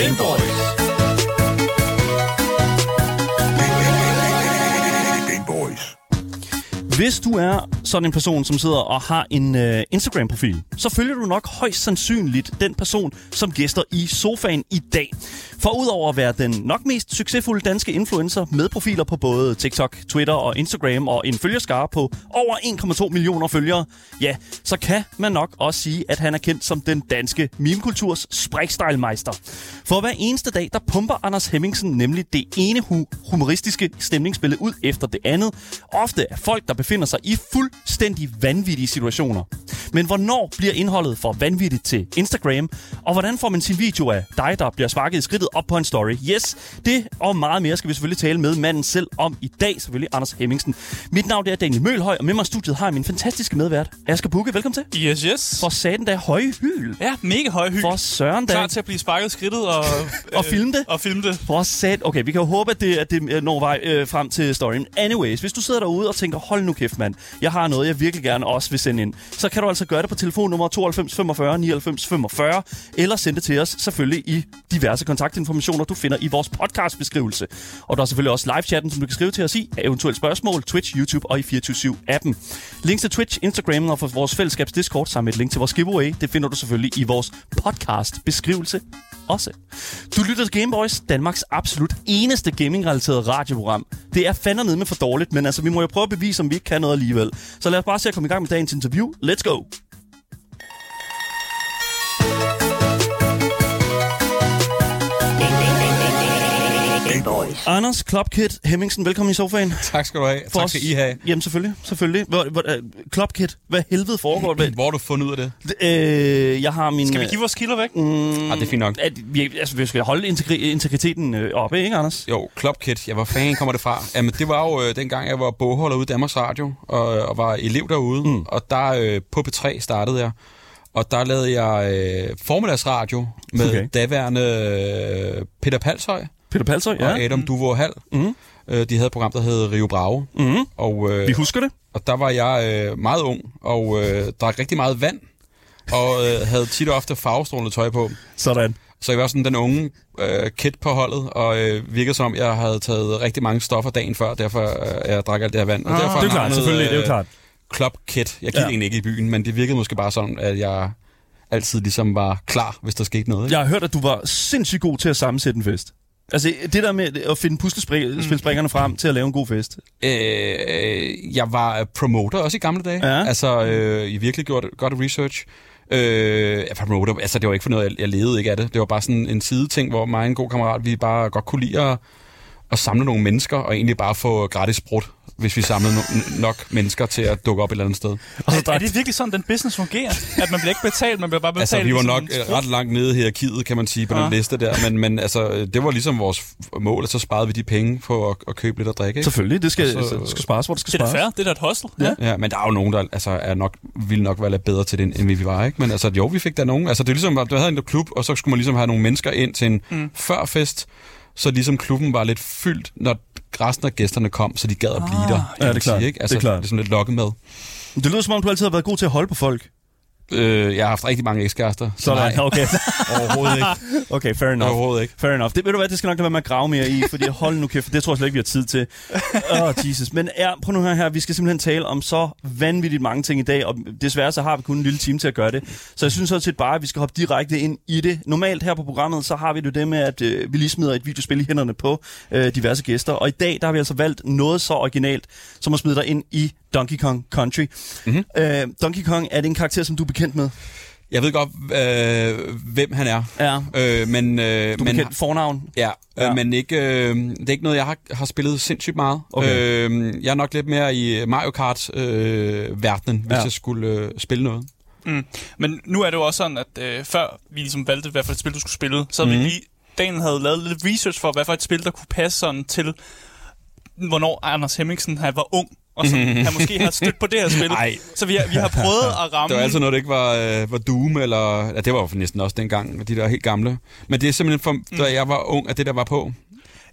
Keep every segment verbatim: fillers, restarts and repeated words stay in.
Game Boys. Hvis du er sådan en person, som sidder og har en uh, Instagram-profil, så følger du nok højst sandsynligt den person, som gæster i sofaen i dag. For udover at være den nok mest succesfulde danske influencer med profiler på både TikTok, Twitter og Instagram og en følgerskare på over en komma to millioner følgere, ja, så kan man nok også sige, at han er kendt som den danske meme-kulturs sprækstejlmeister. For hver eneste dag, der pumper Anders Hemmingsen nemlig det ene hu- humoristiske stemningsbillede ud efter det andet. Ofte er folk, der befinder sig i fuldstændig vanvittige situationer. Men hvornår bliver indholdet for vanvittigt til Instagram? Og hvordan får man sin video af dig, der bliver sparket i skridtet op på en story? Yes, det og meget mere skal vi selvfølgelig tale med manden selv om i dag, selvfølgelig Anders Hemmingsen. Mit navn er Daniel Mølhøj, og med mig i studiet har jeg min fantastiske medvært, Asger Bukke. Velkommen til. Yes, yes. For satan der høje hyl. Ja, mega høje hyl. For søren der. Klar til at blive sparket i skridtet og... og filme det. Og filme det. For sat. Okay, vi kan jo håbe, at det, at det når vej øh, frem til storyen. Anyways, hvis du sidder derude og tænker, hold nu kæft, mand. Jeg har noget, jeg virkelig gerne også vil sende ind. Så kan du altså gøre det på telefonnummer tooghalvfems femogfyrre nioghalvfems femogfyrre, eller sende det til os selvfølgelig i diverse kontaktinformationer, du finder i vores podcastbeskrivelse. Og der er selvfølgelig også live-chatten, som du kan skrive til os i, eventuelle spørgsmål, Twitch, YouTube og i fireogtyve syv appen. Links til Twitch, Instagram og for vores fællesskabs Discord sammen med et link til vores giveaway, det finder du selvfølgelig i vores podcastbeskrivelse også. Du lytter til Game Boys, Danmarks absolut eneste gaming-relateret radioprogram. Det er fandme med for dårligt, men altså, vi må jo prøve at bevise, om vi ikke kan noget alligevel. Så lad os bare se at komme i gang med dagens interview. Let's go! Anders Clubkid Hemmingsen, velkommen i sofaen. Tak skal du have. For tak skal I have. Jamen selvfølgelig, selvfølgelig. Hvor, hvor, uh, Clubkid, hvad helvede foregår det? Hvor har du fundet ud af det? Øh, jeg har min... Skal vi give vores kilder væk? Mm, ah, det er fint nok. At, vi, altså, vi skal holde integri- integriteten øh, oppe, ikke Anders? Jo, Clubkid. Jeg var fan, kommer det fra. Jamen, det var jo øh, dengang, jeg var bogholder ude i Danmarks Radio, og, og var elev derude. Mm. Og der øh, på P tre startede jeg. Og der lavede jeg øh, formiddagsradio med okay. daværende øh, Peter Palshøj. Peter Palshøj, ja. Og Adam Duvå Hall. Mm. Øh, de havde et program, der hed Rio Bravo. Mm. Og, øh, vi husker det. Og der var jeg øh, meget ung, og øh, drak rigtig meget vand, og øh, havde tit og ofte farvestrålende tøj på. Sådan. Så jeg var sådan den unge øh, kid på holdet, og øh, virkede som, jeg havde taget rigtig mange stoffer dagen før, derfor øh, jeg drak alt det her vand. Og ah, derfor det er klart, noget, selvfølgelig, det er jo klart. Club Kid. Jeg gik ja. egentlig ikke i byen, men det virkede måske bare sådan, at jeg altid ligesom var klar, hvis der skete noget. Ikke? Jeg har hørt, at du var sindssygt god til at sammensætte en fest. Altså, det der med at finde puslespilspringerne frem til at lave en god fest. Øh, jeg var promoter også i gamle dage. Ja. Altså, øh, I virkelig gjorde godt research. Øh, jeg promoter, altså det var ikke for noget, jeg, jeg levede ikke af det. Det var bare sådan en sideting, hvor mig og en god kammerat, vi bare godt kunne lide at, at samle nogle mennesker, og egentlig bare få gratis sprut, hvis vi samlede no- nok mennesker til at dukke op et eller andet sted. Altså, er, er det virkelig sådan, den business fungerer? At man bliver ikke betalt, man bliver bare betalt? Altså, vi var nok ligesom ret langt nede i hierarkiet, kan man sige, på ja. den liste der. Men, men altså, det var ligesom vores mål, og så sparede vi de penge på at, at købe lidt at drikke. Ikke? Selvfølgelig, det skal, så, det skal spares, hvor det skal spares. Det er da fair, det er da et hustle. Ja. ja, men der er jo nogen, der altså, er nok, ville nok være lidt bedre til det, end vi var, ikke? Men altså, jo, vi fik der nogen. Altså, det er ligesom, at du havde en klub, og så skulle man ligesom have nogle mennesker ind til en mm. førfest, så ligesom klubben var lidt fyldt, når resten af gæsterne kom, så de gad at blive ah, der. Ja, det er klart. Sige, ikke? Altså, det er klart. Det er sådan lidt lokket med. Det lyder som om, du altid har været god til at holde på folk. Øh, jeg har haft rigtig mange ekskærester. Så Sådan, nej. okay. Overhovedet ikke. Okay, fair enough. Overhovedet ikke. Fair enough. Det ved du hvad, det skal nok være med at grave mere i, fordi hold nu kæft, det tror jeg slet ikke, vi har tid til. Åh, oh, Jesus. Men ja, prøv nu her, her, vi skal simpelthen tale om så vanvittigt mange ting i dag, og desværre så har vi kun en lille time til at gøre det. Så jeg synes sådan set bare, at vi skal hoppe direkte ind i det. Normalt her på programmet, så har vi det med, at øh, vi lige smider et videospil i hænderne på øh, diverse gæster. Og i dag, der har vi altså valgt noget så originalt, som at smide dig ind i Donkey Kong Country. Mm-hmm. Øh, Donkey Kong, er det en karakter, som du er bekendt med? Jeg ved godt, øh, hvem han er. Ja. Øh, men, øh, du er bekendt fornavn? Ja, ja. Øh, men ikke, øh, det er ikke noget, jeg har, har spillet sindssygt meget. Okay. Øh, jeg er nok lidt mere i Mario Kart-verdenen, øh, hvis ja. jeg skulle øh, spille noget. Mm. Men nu er det jo også sådan, at øh, før vi ligesom valgte, hvad for et spil, du skulle spille, så havde mm. vi lige, Daniel havde lavet lidt research for, hvad for et spil, der kunne passe sådan til, hvornår Anders Hemmingsen han var ung. Og så han måske har stødt på det her spil. Ej. Så vi har, vi har prøvet at ramme... Det var altid noget, det ikke var, øh, var Doom, eller... Ja, det var jo næsten også dengang, de der helt gamle. Men det er simpelthen, for, da jeg var ung, at det der var på.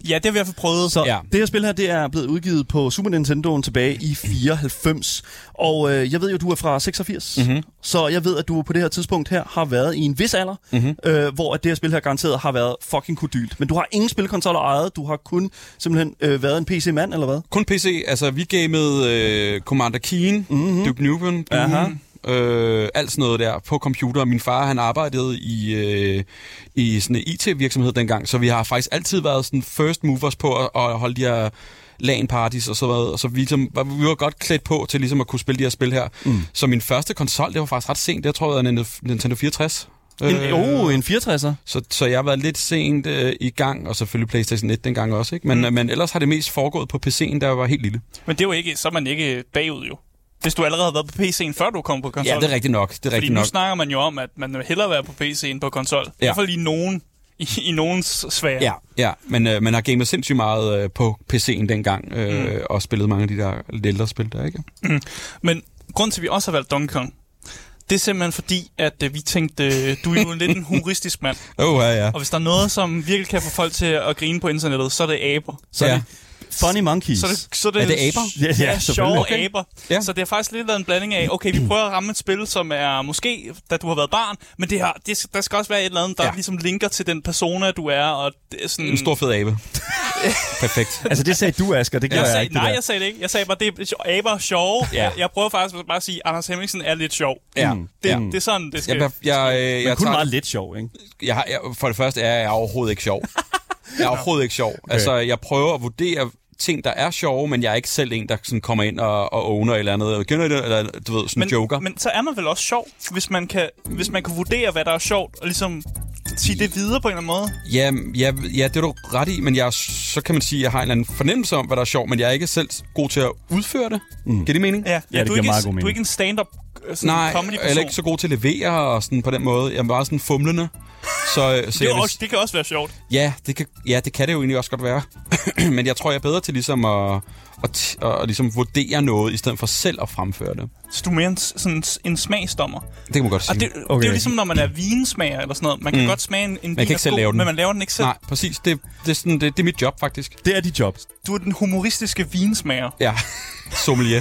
Ja, det har vi i hvert fald prøvet. Så ja. det her spil her, det er blevet udgivet på Super Nintendoen tilbage i fireoghalvfems. Og øh, jeg ved jo, du er fra seksogfirs. Mm-hmm. Så jeg ved, at du på det her tidspunkt her har været i en vis alder, mm-hmm. øh, hvor at det her spil her garanteret har været fucking kodylt. Men du har ingen spilkonsoller ejet. Du har kun simpelthen øh, været en P C-mand, eller hvad? Kun P C. Altså, vi gamede øh, Commander Keen, mm-hmm. Duke Nukem, Doom, øh, alt sådan noget der på computer. Min far, han arbejdede i, øh, i sådan en I T-virksomhed dengang, så vi har faktisk altid været sådan first movers på at, at holde de her LAN-parties og så noget. Og så vi, ligesom, vi var godt klædt på til ligesom at kunne spille de her spil her. Mm. Så min første konsol, det var faktisk ret sent. Det tror jeg var en Nintendo fireogtres. En, oh, en fireogtresser. Så, så jeg har været lidt sent øh, i gang, og selvfølgelig PlayStation et dengang også, ikke? Men, mm. men ellers har det mest foregået på P C'en, der var helt lille. Men det er jo ikke, så er man ikke bagud jo. Hvis du allerede har været på P C'en, før du kom på konsol. Ja, det er rigtigt nok. Det er Fordi rigtigt nu nok. snakker man jo om, at man vil hellere være på P C'en på konsol. Ja. I hvert fald i nogen, i, i nogens sfære. Ja, ja. Men øh, man har gamet sindssygt meget øh, på P C'en dengang, øh, mm. og spillet mange af de der lidt ældre spil der, ikke? Mm. Men grund til, at vi også har valgt Donkey Kong, det er simpelthen fordi, at øh, vi tænkte, øh, du er jo lidt en humoristisk mand. Oh, ja, ja. Og hvis der er noget, som virkelig kan få folk til at grine på internettet, så er det aber. Så ja. er det Funny Monkeys. Så det, så det, er det aber? Ja, ja, ja sjove okay. aber. Ja. Så det er faktisk lidt af en blanding af, okay, vi prøver at ramme et spil, som er måske, da du har været barn, men det her, det, der skal også være et eller andet, der ja. ligesom linker til den persona, du er. Og det er sådan... En stor fed abe. Perfekt. Altså det sagde du, Asger, det gør jeg, jeg sagde, ikke. Nej, jeg sagde det ikke. Jeg sagde bare, det er aber sjove. Ja. Jeg prøver faktisk bare at sige, at Anders Hemmingsen er lidt sjov. Ja. Det, ja. det er sådan, det skal... Jeg, jeg, jeg, Men jeg kun tager, meget lidt sjov, ikke? Jeg har, jeg, for det første er jeg overhovedet ikke sjov. Jeg er overhovedet ikke sjov. Okay. Altså, jeg prøver at vurdere ting, der er sjove, men jeg er ikke selv en, der sådan kommer ind og, og owner et eller andet. Kender det? Eller du ved, sådan men, joker. Men så er man vel også sjov, hvis man kan, hvis man kan vurdere, hvad der er sjovt, og ligesom sige det videre på en eller anden måde. Ja, ja, ja, det er du ret i, men jeg, så kan man sige, at jeg har en eller anden fornemmelse om, hvad der er sjovt, men jeg er ikke selv god til at udføre det. Mm. Giver det mening? Ja, ja det du giver ikke, meget god mening. Du er ikke en stand-up sådan Nej, comedy-person. jeg er ikke så god til at levere og sådan på den måde. Jeg er bare sådan fumlende. Så, så det, jeg også, det kan også være sjovt. Ja, det kan, ja, det kan det jo egentlig også godt være. Men jeg tror, jeg er bedre til ligesom at, at, at, at ligesom vurdere noget, i stedet for selv at fremføre det. Så du er mere en, sådan en smagsdommer? Det kan man godt sige. Og det, okay. det er jo ligesom, når man er vinsmager eller sådan noget. Man kan mm. godt smage en, en vin, man kan ikke selv god, lave den. Men man laver den ikke selv. Nej, præcis. Det, det, er, sådan, det, det er mit job, faktisk. Det er dit job. Du er den humoristiske vinsmager. Ja, sommelier.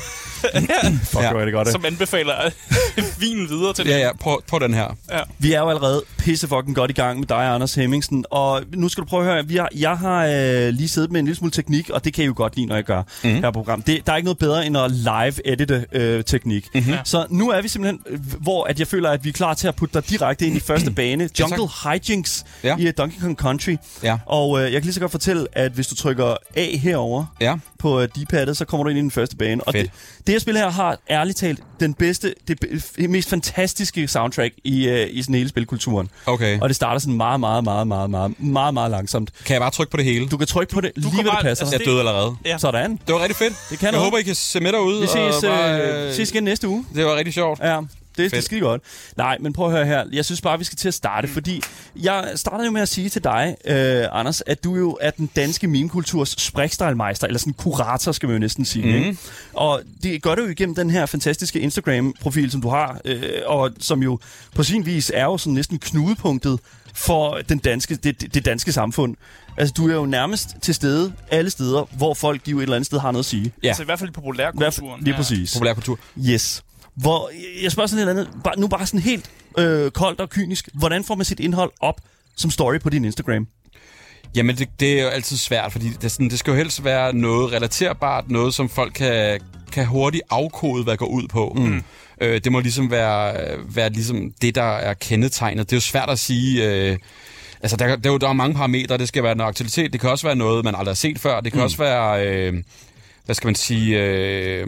Fuck, ja. er det godt, det. Som anbefaler vinen videre til det. Ja, ja, prøv, prøv den her. Ja. Vi er jo allerede pisse fucking godt i gang med dig, Anders Hemmingsen. Og nu skal du prøve at høre, vi har, jeg har øh, lige siddet med en lille smule teknik, og det kan I jo godt lide, når jeg gør mm-hmm. her program. Det, der er ikke noget bedre end at live-edite øh, teknik. Mm-hmm. Så nu er vi simpelthen, hvor at jeg føler, at vi er klar til at putte dig direkte ind i første bane. Jungle Hijinks ja. i Donkey Kong Country. Ja. Og øh, jeg kan lige så godt fortælle, at hvis du trykker A herover ja. på uh, D-paddet, så kommer du ind i den første bane. Og det, det her spil her har ærligt talt den bedste, det, det mest fantastiske soundtrack i, uh, i sådan hele spilkulturen. Okay. Og det starter sådan meget, meget, meget, meget, meget, meget, meget langsomt. Kan jeg bare trykke på det hele? Du kan trykke på det du lige, hvad det passer. Altså, jeg døde allerede. Ja. Sådan. Det var rigtig fedt. Det kan jeg noget. håber, I kan se med derude. Vi ses, og bare, øh, ses igen næste uge. Det var rigtig sjovt. Ja. Det, det er skide godt. Nej, men prøv at høre her. Jeg synes bare, vi skal til at starte, mm. fordi jeg startede jo med at sige til dig, øh, Anders, at du jo er den danske meme-kulturs sprækstejlmeister, eller sådan kurator, skal man jo næsten sige. Mm. Ikke? Og det gør du jo igennem den her fantastiske Instagram-profil, som du har, øh, og som jo på sin vis er jo sådan næsten knudepunktet for den danske, det, det danske samfund. Altså, du er jo nærmest til stede alle steder, hvor folk de jo et eller andet sted har noget at sige. Ja. Altså i hvert fald i populærkulturen. Lige præcis. Ja. Populærkultur. Yes. Hvor, jeg spørger sådan et eller andet, bare, nu bare sådan helt øh, koldt og kynisk. Hvordan får man sit indhold op som story på din Instagram? Jamen, det, det er jo altid svært, fordi det, sådan, det skal jo helst være noget relaterbart, noget som folk kan, kan hurtigt afkode, hvad går ud på. Mm. Øh, det må ligesom være, være ligesom det, der er kendetegnet. Det er jo svært at sige... Øh, altså, der, der, der er mange parametre. Det skal være en aktualitet. Det kan også være noget, man aldrig har set før. Det kan mm. også være... Øh, hvad skal man sige... Øh,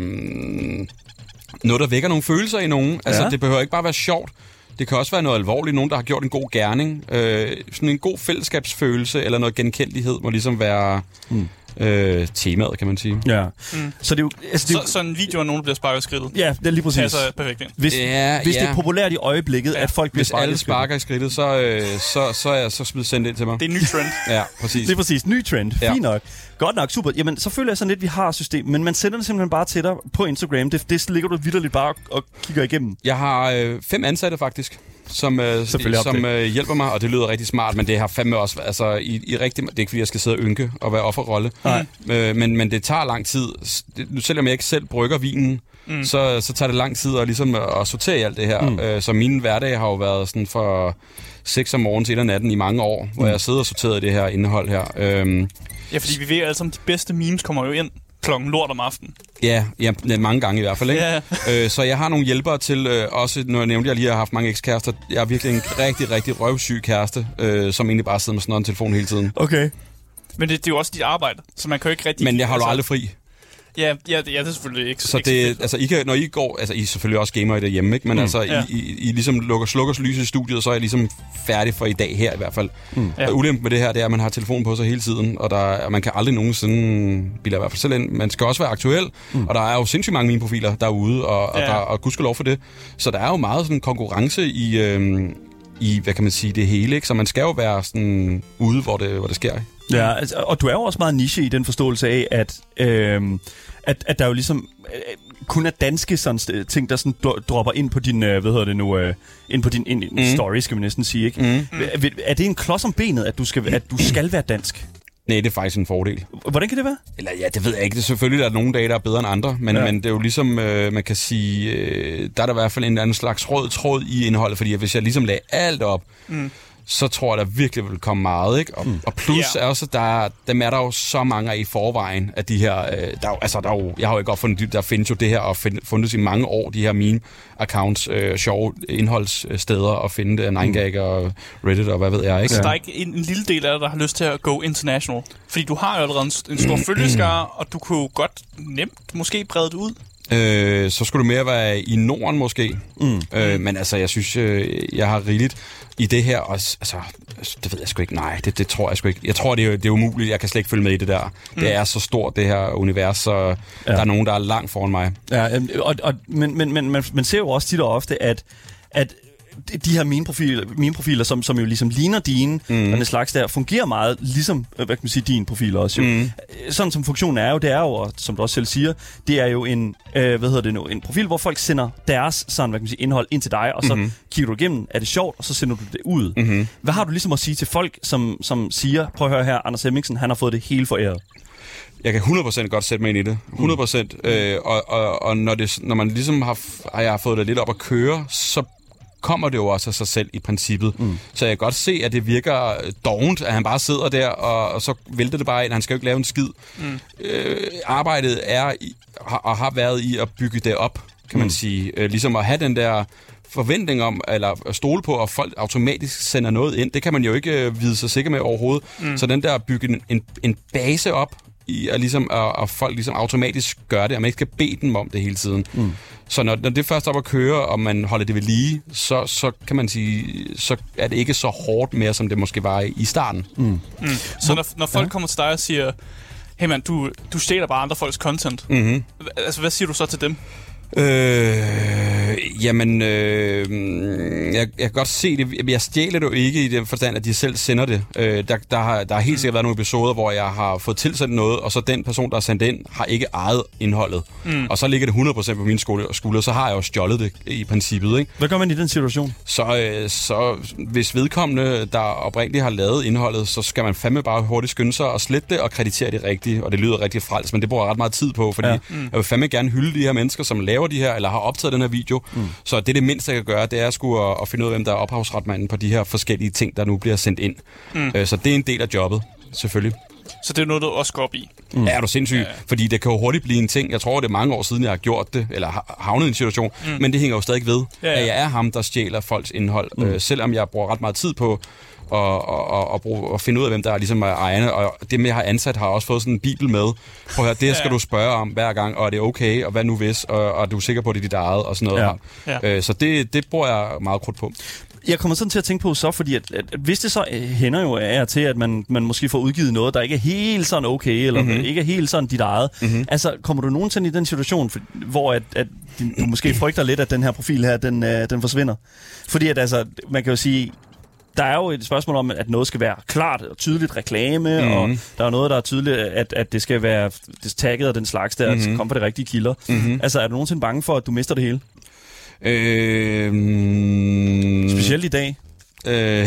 noget, der vækker nogle følelser i nogen. Altså, ja. Det behøver ikke bare være sjovt. Det kan også være noget alvorligt. Nogen, der har gjort en god gerning. Øh, sådan en god fællesskabsfølelse eller noget genkendelighed må ligesom være mm. øh, temaet, kan man sige. Ja. Mm. Så det er jo... Altså, det er jo... Så, så en video, hvor nogen bliver sparket i skridtet. Ja, det er lige præcis. Passer perfekt ind. Hvis, ja, hvis ja. det er populært i øjeblikket, ja. at folk bliver hvis sparket i skridtet. Hvis alle sparker i skridtet, så, øh, så, så er jeg så smidt sendt ind til mig. Det er en ny trend. Ja, præcis. Det er præcis. Ny trend. Ja. Fint nok. Godt nok, super. Jamen, så føler jeg sådan lidt, at vi har system, men man sender det simpelthen bare til dig på Instagram. Det, det ligger du vitterligt bare og kigger igennem. Jeg har øh, fem ansatte, faktisk. som, øh, som øh, hjælper mig, og det lyder rigtig smart, men det har fandme også, altså i, i rigtig, det er ikke fordi, jeg skal sidde og ynke og være offerrolle, øh, men, men det tager lang tid. Det, selvom jeg ikke selv brygger vinen, mm. så, så tager det lang tid at, ligesom, at sortere i alt det her. Mm. Øh, så mine hverdage har jo været sådan fra seks om morgenen til et om natten i mange år, mm. hvor jeg sidder og sorterer det her indhold her. Øh, ja, fordi vi ved alle sammen, de bedste memes kommer jo ind klokken lort om aftenen. Ja, ja, mange gange i hvert fald, ikke? Yeah. øh, så jeg har nogle hjælpere til, øh, også når jeg nævnte, jeg lige har haft mange ekskærester. Jeg er virkelig en rigtig, rigtig røvsyg kæreste, øh, som egentlig bare sidder med sådan en telefon hele tiden. Okay. Men det, det er jo også dit arbejde, så man kan jo ikke rigtig... Men jeg har jo altså, aldrig fri. Ja, ja, det, ja, det er selvfølgelig ikke. Så ikke det, altså, I kan, når I går, altså, I er selvfølgelig også gamer i derhjemme, ikke? Men mm. altså, ja. I, I, I ligesom lukker, slukker lyset i studiet, så er jeg ligesom færdig for i dag her i hvert fald. Mm. Ja. Og ulempen med det her, det er, at man har telefonen på sig hele tiden, og der, man kan aldrig nogensinde bilde i hvert fald selv ind. Man skal også være aktuel, mm. og der er jo sindssygt mange mine profiler derude, og, og, ja. der, og gudskelov for det. Så der er jo meget sådan konkurrence i, øhm, i, hvad kan man sige, det hele, ikke? Så man skal jo være sådan ude, hvor det, hvor det sker. Ja, altså, og du er jo også meget niche i den forståelse af, at... Øhm At, at der jo ligesom øh, kun er danske sådan, ting, der sådan dropper ind på din, øh, hvad hedder det nu, øh, ind på din ind, mm. story, skal man næsten sige, ikke? Mm. Er, er det en klods om benet, at du skal, at du skal være dansk? Nej, det er faktisk en fordel. Hvordan kan det være? Eller ja, det ved jeg ikke. Det er selvfølgelig, der er nogle dage, der er bedre end andre, men, ja. men det er jo ligesom, øh, man kan sige, øh, der er der i hvert fald en anden slags rød tråd i indholdet, fordi hvis jeg ligesom lagde alt op, mm. så tror jeg, der virkelig vil komme meget, ikke? Og, mm. og plus yeah. er også, der, dem er der jo så mange af i forvejen, af de her, øh, der, er, altså, der er jo, jeg har jo ikke opfundet, der findes jo det her, og find, fundet i mange år, de her meme-accounts, øh, sjove indholdssteder, at finde det, nine gag og Reddit og hvad ved jeg, ikke? Så der er ikke en, en lille del af dig, der har lyst til at gå international? Fordi du har jo allerede en, en stor følgeskare, og du kunne jo godt nemt måske brede det ud. Øh, så skulle det mere være i Norden måske. Mm. Øh, men altså, jeg synes, øh, jeg har rigeligt i det her også. Altså, det ved jeg sgu ikke. Nej, det, det tror jeg sgu ikke. Jeg tror, det er, det er umuligt. Jeg kan slet ikke følge med i det der. Mm. Det er så stort, det her univers, så ja. Der er nogen, der er langt foran mig. Ja, og, og, men, men, men man, man ser jo også tit og ofte, at, at de her meme-profiler, meme-profiler som, som jo ligesom ligner dine, mm. den slags der, fungerer meget ligesom, hvad kan man sige, din profil også. Jo. Mm. Sådan som funktionen er jo, det er jo, og som du også selv siger, det er jo en, øh, hvad hedder det nu, en profil, hvor folk sender deres sådan, hvad kan man sige, indhold ind til dig, og så mm-hmm. kigger du igennem, er det sjovt, og så sender du det ud. Mm-hmm. Hvad har du ligesom at sige til folk, som, som siger, prøv at høre her, Anders Hemmingsen, han har fået det hele foræret? Jeg kan hundrede procent godt sætte mig ind i det. hundrede procent. Mm. Øh, og og, og når, det, når man ligesom har, har jeg fået det lidt op at køre, så kommer det jo også af sig selv i princippet. Mm. Så jeg kan godt se, at det virker dovent, at han bare sidder der, og, og så vælter det bare ind. Han skal jo ikke lave en skid. Mm. Øh, arbejdet er i, og har været i at bygge det op, kan man mm. sige. Øh, ligesom at have den der forventning om, eller stole på, at folk automatisk sender noget ind. Det kan man jo ikke øh, vide sig sikker med overhovedet. Mm. Så den der at bygge en, en, en base op, i at, ligesom, at, at folk ligesom automatisk gør det, og man ikke skal bede dem om det hele tiden. Mm. Så når, når det først er op at køre, og man holder det ved lige, så, så kan man sige, så er det ikke så hårdt mere, som det måske var i, i starten. Mm. Mm. Så når, når folk ja. kommer til dig og siger, hey man, du, du stjæler bare andre folks content. Mm-hmm. Altså, hvad siger du så til dem? Øh, jamen, øh, jeg, jeg kan godt se det. Jeg stjæler det jo ikke i den forstand, at de selv sender det. Øh, der, der, har, der har helt sikkert været nogle episoder, hvor jeg har fået tilsendt noget, og så den person, der har sendt ind, har ikke ejet indholdet. Mm. Og så ligger det hundrede procent på mine skulder, så har jeg jo stjålet det i princippet. Ikke? Hvad gør man i den situation? Så, øh, så hvis vedkommende, der oprindeligt har lavet indholdet, så skal man fandme bare hurtigt skynde sig og slette det og kreditere det rigtigt. Og det lyder rigtig frels, men det bruger ret meget tid på, fordi ja. mm. jeg vil fandme gerne hylde de her mennesker, som laver de her, eller har optaget den her video. Mm. Så det er det mindste, jeg kan gøre, det er sgu at, at finde ud af, hvem der er ophavsretmanden på de her forskellige ting, der nu bliver sendt ind. Mm. Øh, så det er en del af jobbet, selvfølgelig. Så det er noget, du også går op i? Mm. Ja, er du sindssyg? Ja. Fordi det kan jo hurtigt blive en ting. Jeg tror, det er mange år siden, jeg har gjort det, eller havnet i en situation, mm. men det hænger jo stadig ved, ja, ja. at jeg er ham, der stjæler folks indhold. Mm. Øh, selvom jeg bruger ret meget tid på Og, og, og, bruge, og finde ud af, hvem der er ligesom er ejerne. Og dem, jeg har ansat, har også fået sådan en bibel med. Prøv at høre, det skal ja. du spørge om hver gang, og er det okay, og hvad nu hvis, og, og er du sikker på, at det er dit eget, og sådan noget. Ja. Ja. Øh, så det, det bruger jeg meget krudt på. Jeg kommer sådan til at tænke på så, fordi at, at, at hvis det så hænder jo af til, at man, man måske får udgivet noget, der ikke er helt sådan okay, eller mm-hmm. ikke er helt sådan dit eget. Mm-hmm. Altså, kommer du nogensinde i den situation, for, hvor at, at du måske frygter lidt, at den her profil her, den, øh, den forsvinder? Fordi at altså, man kan jo sige, der er jo et spørgsmål om, at noget skal være klart og tydeligt reklame, mm-hmm. og der er noget, der er tydeligt, at, at det skal være det tagget og den slags der, mm-hmm. at komme fra de rigtige kilder. Mm-hmm. Altså, er du nogensinde bange for, at du mister det hele? Øh, Specielt i dag? Øh,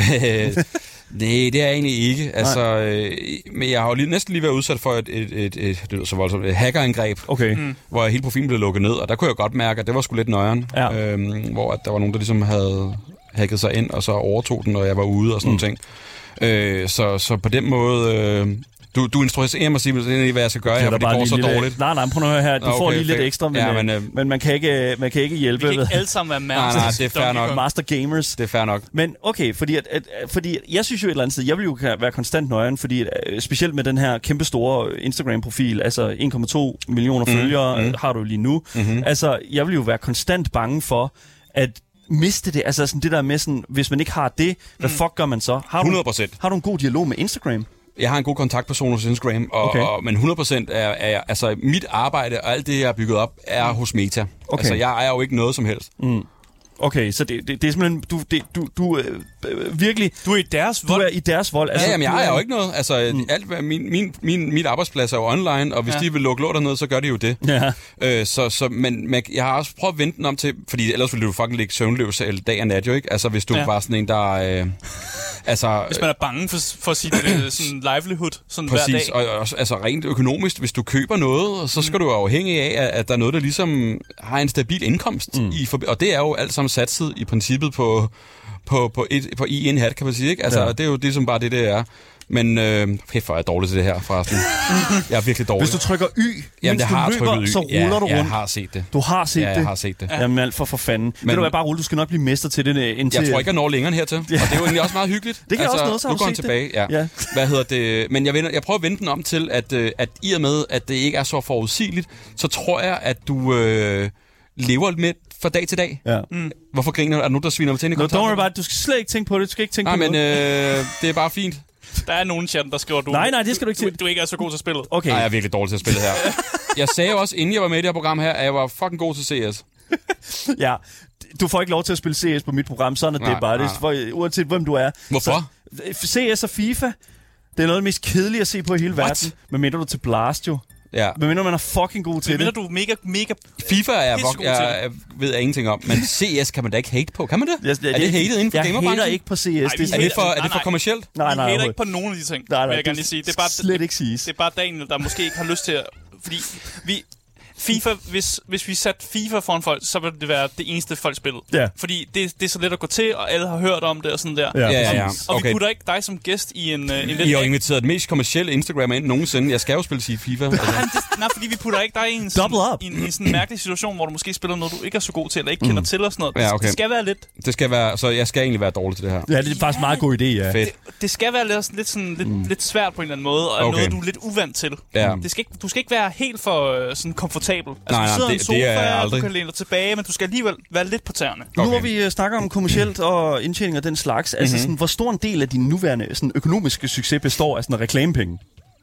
nej, det er jeg egentlig ikke. Altså, øh, men jeg har jo lige, næsten lige været udsat for et, et, et, et, det lyder så voldsomt, et hackerangreb, okay. mm. hvor hele profilen blev lukket ned, og der kunne jeg godt mærke, at det var sgu lidt nøjeren. Ja. Øhm, hvor at der var nogen, der ligesom havde hacket sig ind, og så overtog den, når jeg var ude og sådan mm. nogle ting. Øh, så, så på den måde... Øh, Du, du instruerer mig simpelthen i, hvad jeg skal gøre her, for det går så lille, dårligt. Nej, nej, prøv nu at høre her. Du okay, får lige lidt ekstra, men, ja, men, øh, men man, kan ikke, man kan ikke hjælpe. Vi kan ikke alle sammen være master. Nej, nej, det er fair nok. Master gamers. Det er fair nok. Men okay, fordi, at, at, fordi jeg synes jo et eller andet sted, jeg vil jo være konstant nøjeren, fordi at, specielt med den her kæmpe store Instagram-profil, altså en komma to millioner mm, følgere mm. har du lige nu. Mm-hmm. Altså, jeg vil jo være konstant bange for, at miste det. Altså sådan det der med sådan, hvis man ikke har det, hvad fuck gør man så? Har du, hundrede procent. Har du en god dialog med Instagram? Jeg har en god kontaktperson hos Instagram, og, okay. og, men hundrede procent er, er altså mit arbejde og alt det, jeg har bygget op, er hos Meta. Okay. Altså, jeg ejer jo ikke noget som helst. Mm. Okay, så det, det, det er simpelthen, du, det, du, du øh, virkelig... Du er i deres vold. Du er i deres vold. Altså, ja, jamen, jeg ejer jo ikke noget. Altså, mm. alt, min, min, min, mit arbejdsplads er jo online, og hvis ja. de vil lukke låter ned, så gør de jo det. Ja. Øh, så, så, men, men jeg har også prøvet at vente den om til, fordi ellers ville du fucking ligge søvnløs dag og nat jo, ikke? Altså, hvis du ja. var sådan en, der... Øh, altså, hvis man er bange for, for sit øh, sådan livelihood sådan præcis, hver dag. Og, og altså rent økonomisk, hvis du køber noget, så skal mm. du være afhængig af, at, at der er noget, der ligesom har en stabil indkomst. Mm. I, og det er jo alt sammen satset i princippet på, på, på, et, på i en hat, kan man sige, ikke? Altså, ja. det er jo det, som bare det, det er. Men øh, kæft, hvor er jeg dårlig til det her, forresten. Jeg er virkelig dårlig. Hvis du trykker Y, jamen, mens du har løber, y. så ruller ja, du rundt. Jeg har set det. Du har set ja, det? jeg har set det. Ja. Jamen alt for for fanden. Men, ved du hvad, bare rulle, du skal nok blive mester til det. Indtil... Jeg tror ikke, jeg når længere hertil. Ja. Og det er jo egentlig også meget hyggeligt. Det kan altså, også noget, så nu går han tilbage. Ja. Ja. Hvad hedder det? Men jeg, vender, jeg prøver at vende den om til, at, at i og med, at det ikke er så forudsigeligt, så tror jeg, at du... Øh, lever med fra dag til dag. Ja. Mm. Hvorfor griner du? Er der nogen, der sviner mig til i kontakt? No, don't du skal slet ikke tænke på det. Du skal ikke tænke Nej, på men noget. Øh, det er bare fint. Der er nogen chat, der skriver, du, nej, nej, det skal du ikke til. Du, du ikke er så god til spillet. Okay. Nej, jeg er virkelig dårlig til at spille her. Jeg sagde jo også, inden jeg var med i det her program her, at jeg var fucking god til C S. Ja, du får ikke lov til at spille C S på mit program. Sådan er nej, det bare. Det er for, uanset hvem du er. Hvorfor? Så, C S og FIFA, det er noget af det mest kedelige at se på i hele What? verden. Men mindre du til Blast jo. Ja. Men mindre man er fucking god til men det. Men du er mega, mega FIFA er jeg, jeg, jeg, jeg ved jeg ingenting om, men C S kan man da ikke hate på. Kan man det? Jeg, jeg, er det hated inden for gamerbranchen? Jeg hater ikke på C S. Nej, det er, er, det for, er det for kommercielt? Nej, nej. Vi hater ikke på nogen af de ting, nej, nej, vil jeg gerne lige sige. Det er bare, slet ikke siges. Det er bare Daniel, der måske ikke har lyst til at... Fordi vi... FIFA, hvis, hvis vi satte FIFA foran folk, så ville det være det eneste folk spillede. Ja. Fordi det, det er så let at gå til, og alle har hørt om det og sådan der. Ja, ja, ja. ja. Og okay. vi putter ikke dig som gæst i en... Uh, en I har inviteret den mest kommercielle Instagram ind nogensinde. Jeg skal jo spille sige FIFA. Altså. Nej, det, nej, fordi vi putter ikke dig i en sådan, i en, i en sådan mærkelig situation, hvor du måske spiller noget, du ikke er så god til, eller ikke kender mm. til og sådan noget. Ja, okay. Det skal være lidt... Det skal være... Så jeg skal egentlig være dårlig til det her. Ja, det er faktisk en meget god idé, ja. Det, det skal være lidt, lidt, sådan, lidt, mm. lidt svært på en eller anden måde, og okay. noget, du er lidt uvant til. Ja. Det skal ikke, du skal ikke være helt for uh, sådan komfortabel. Altså, nej, nej, det, sofa, det er jeg aldrig. Du kan læne dig tilbage, men du skal alligevel være lidt på tæerne. Okay. Nu hvor vi uh, snakker om kommercielt og indtjening og den slags, mm-hmm. altså sådan, hvor stor en del af din nuværende sådan, økonomiske succes består af sådan reklamepenge?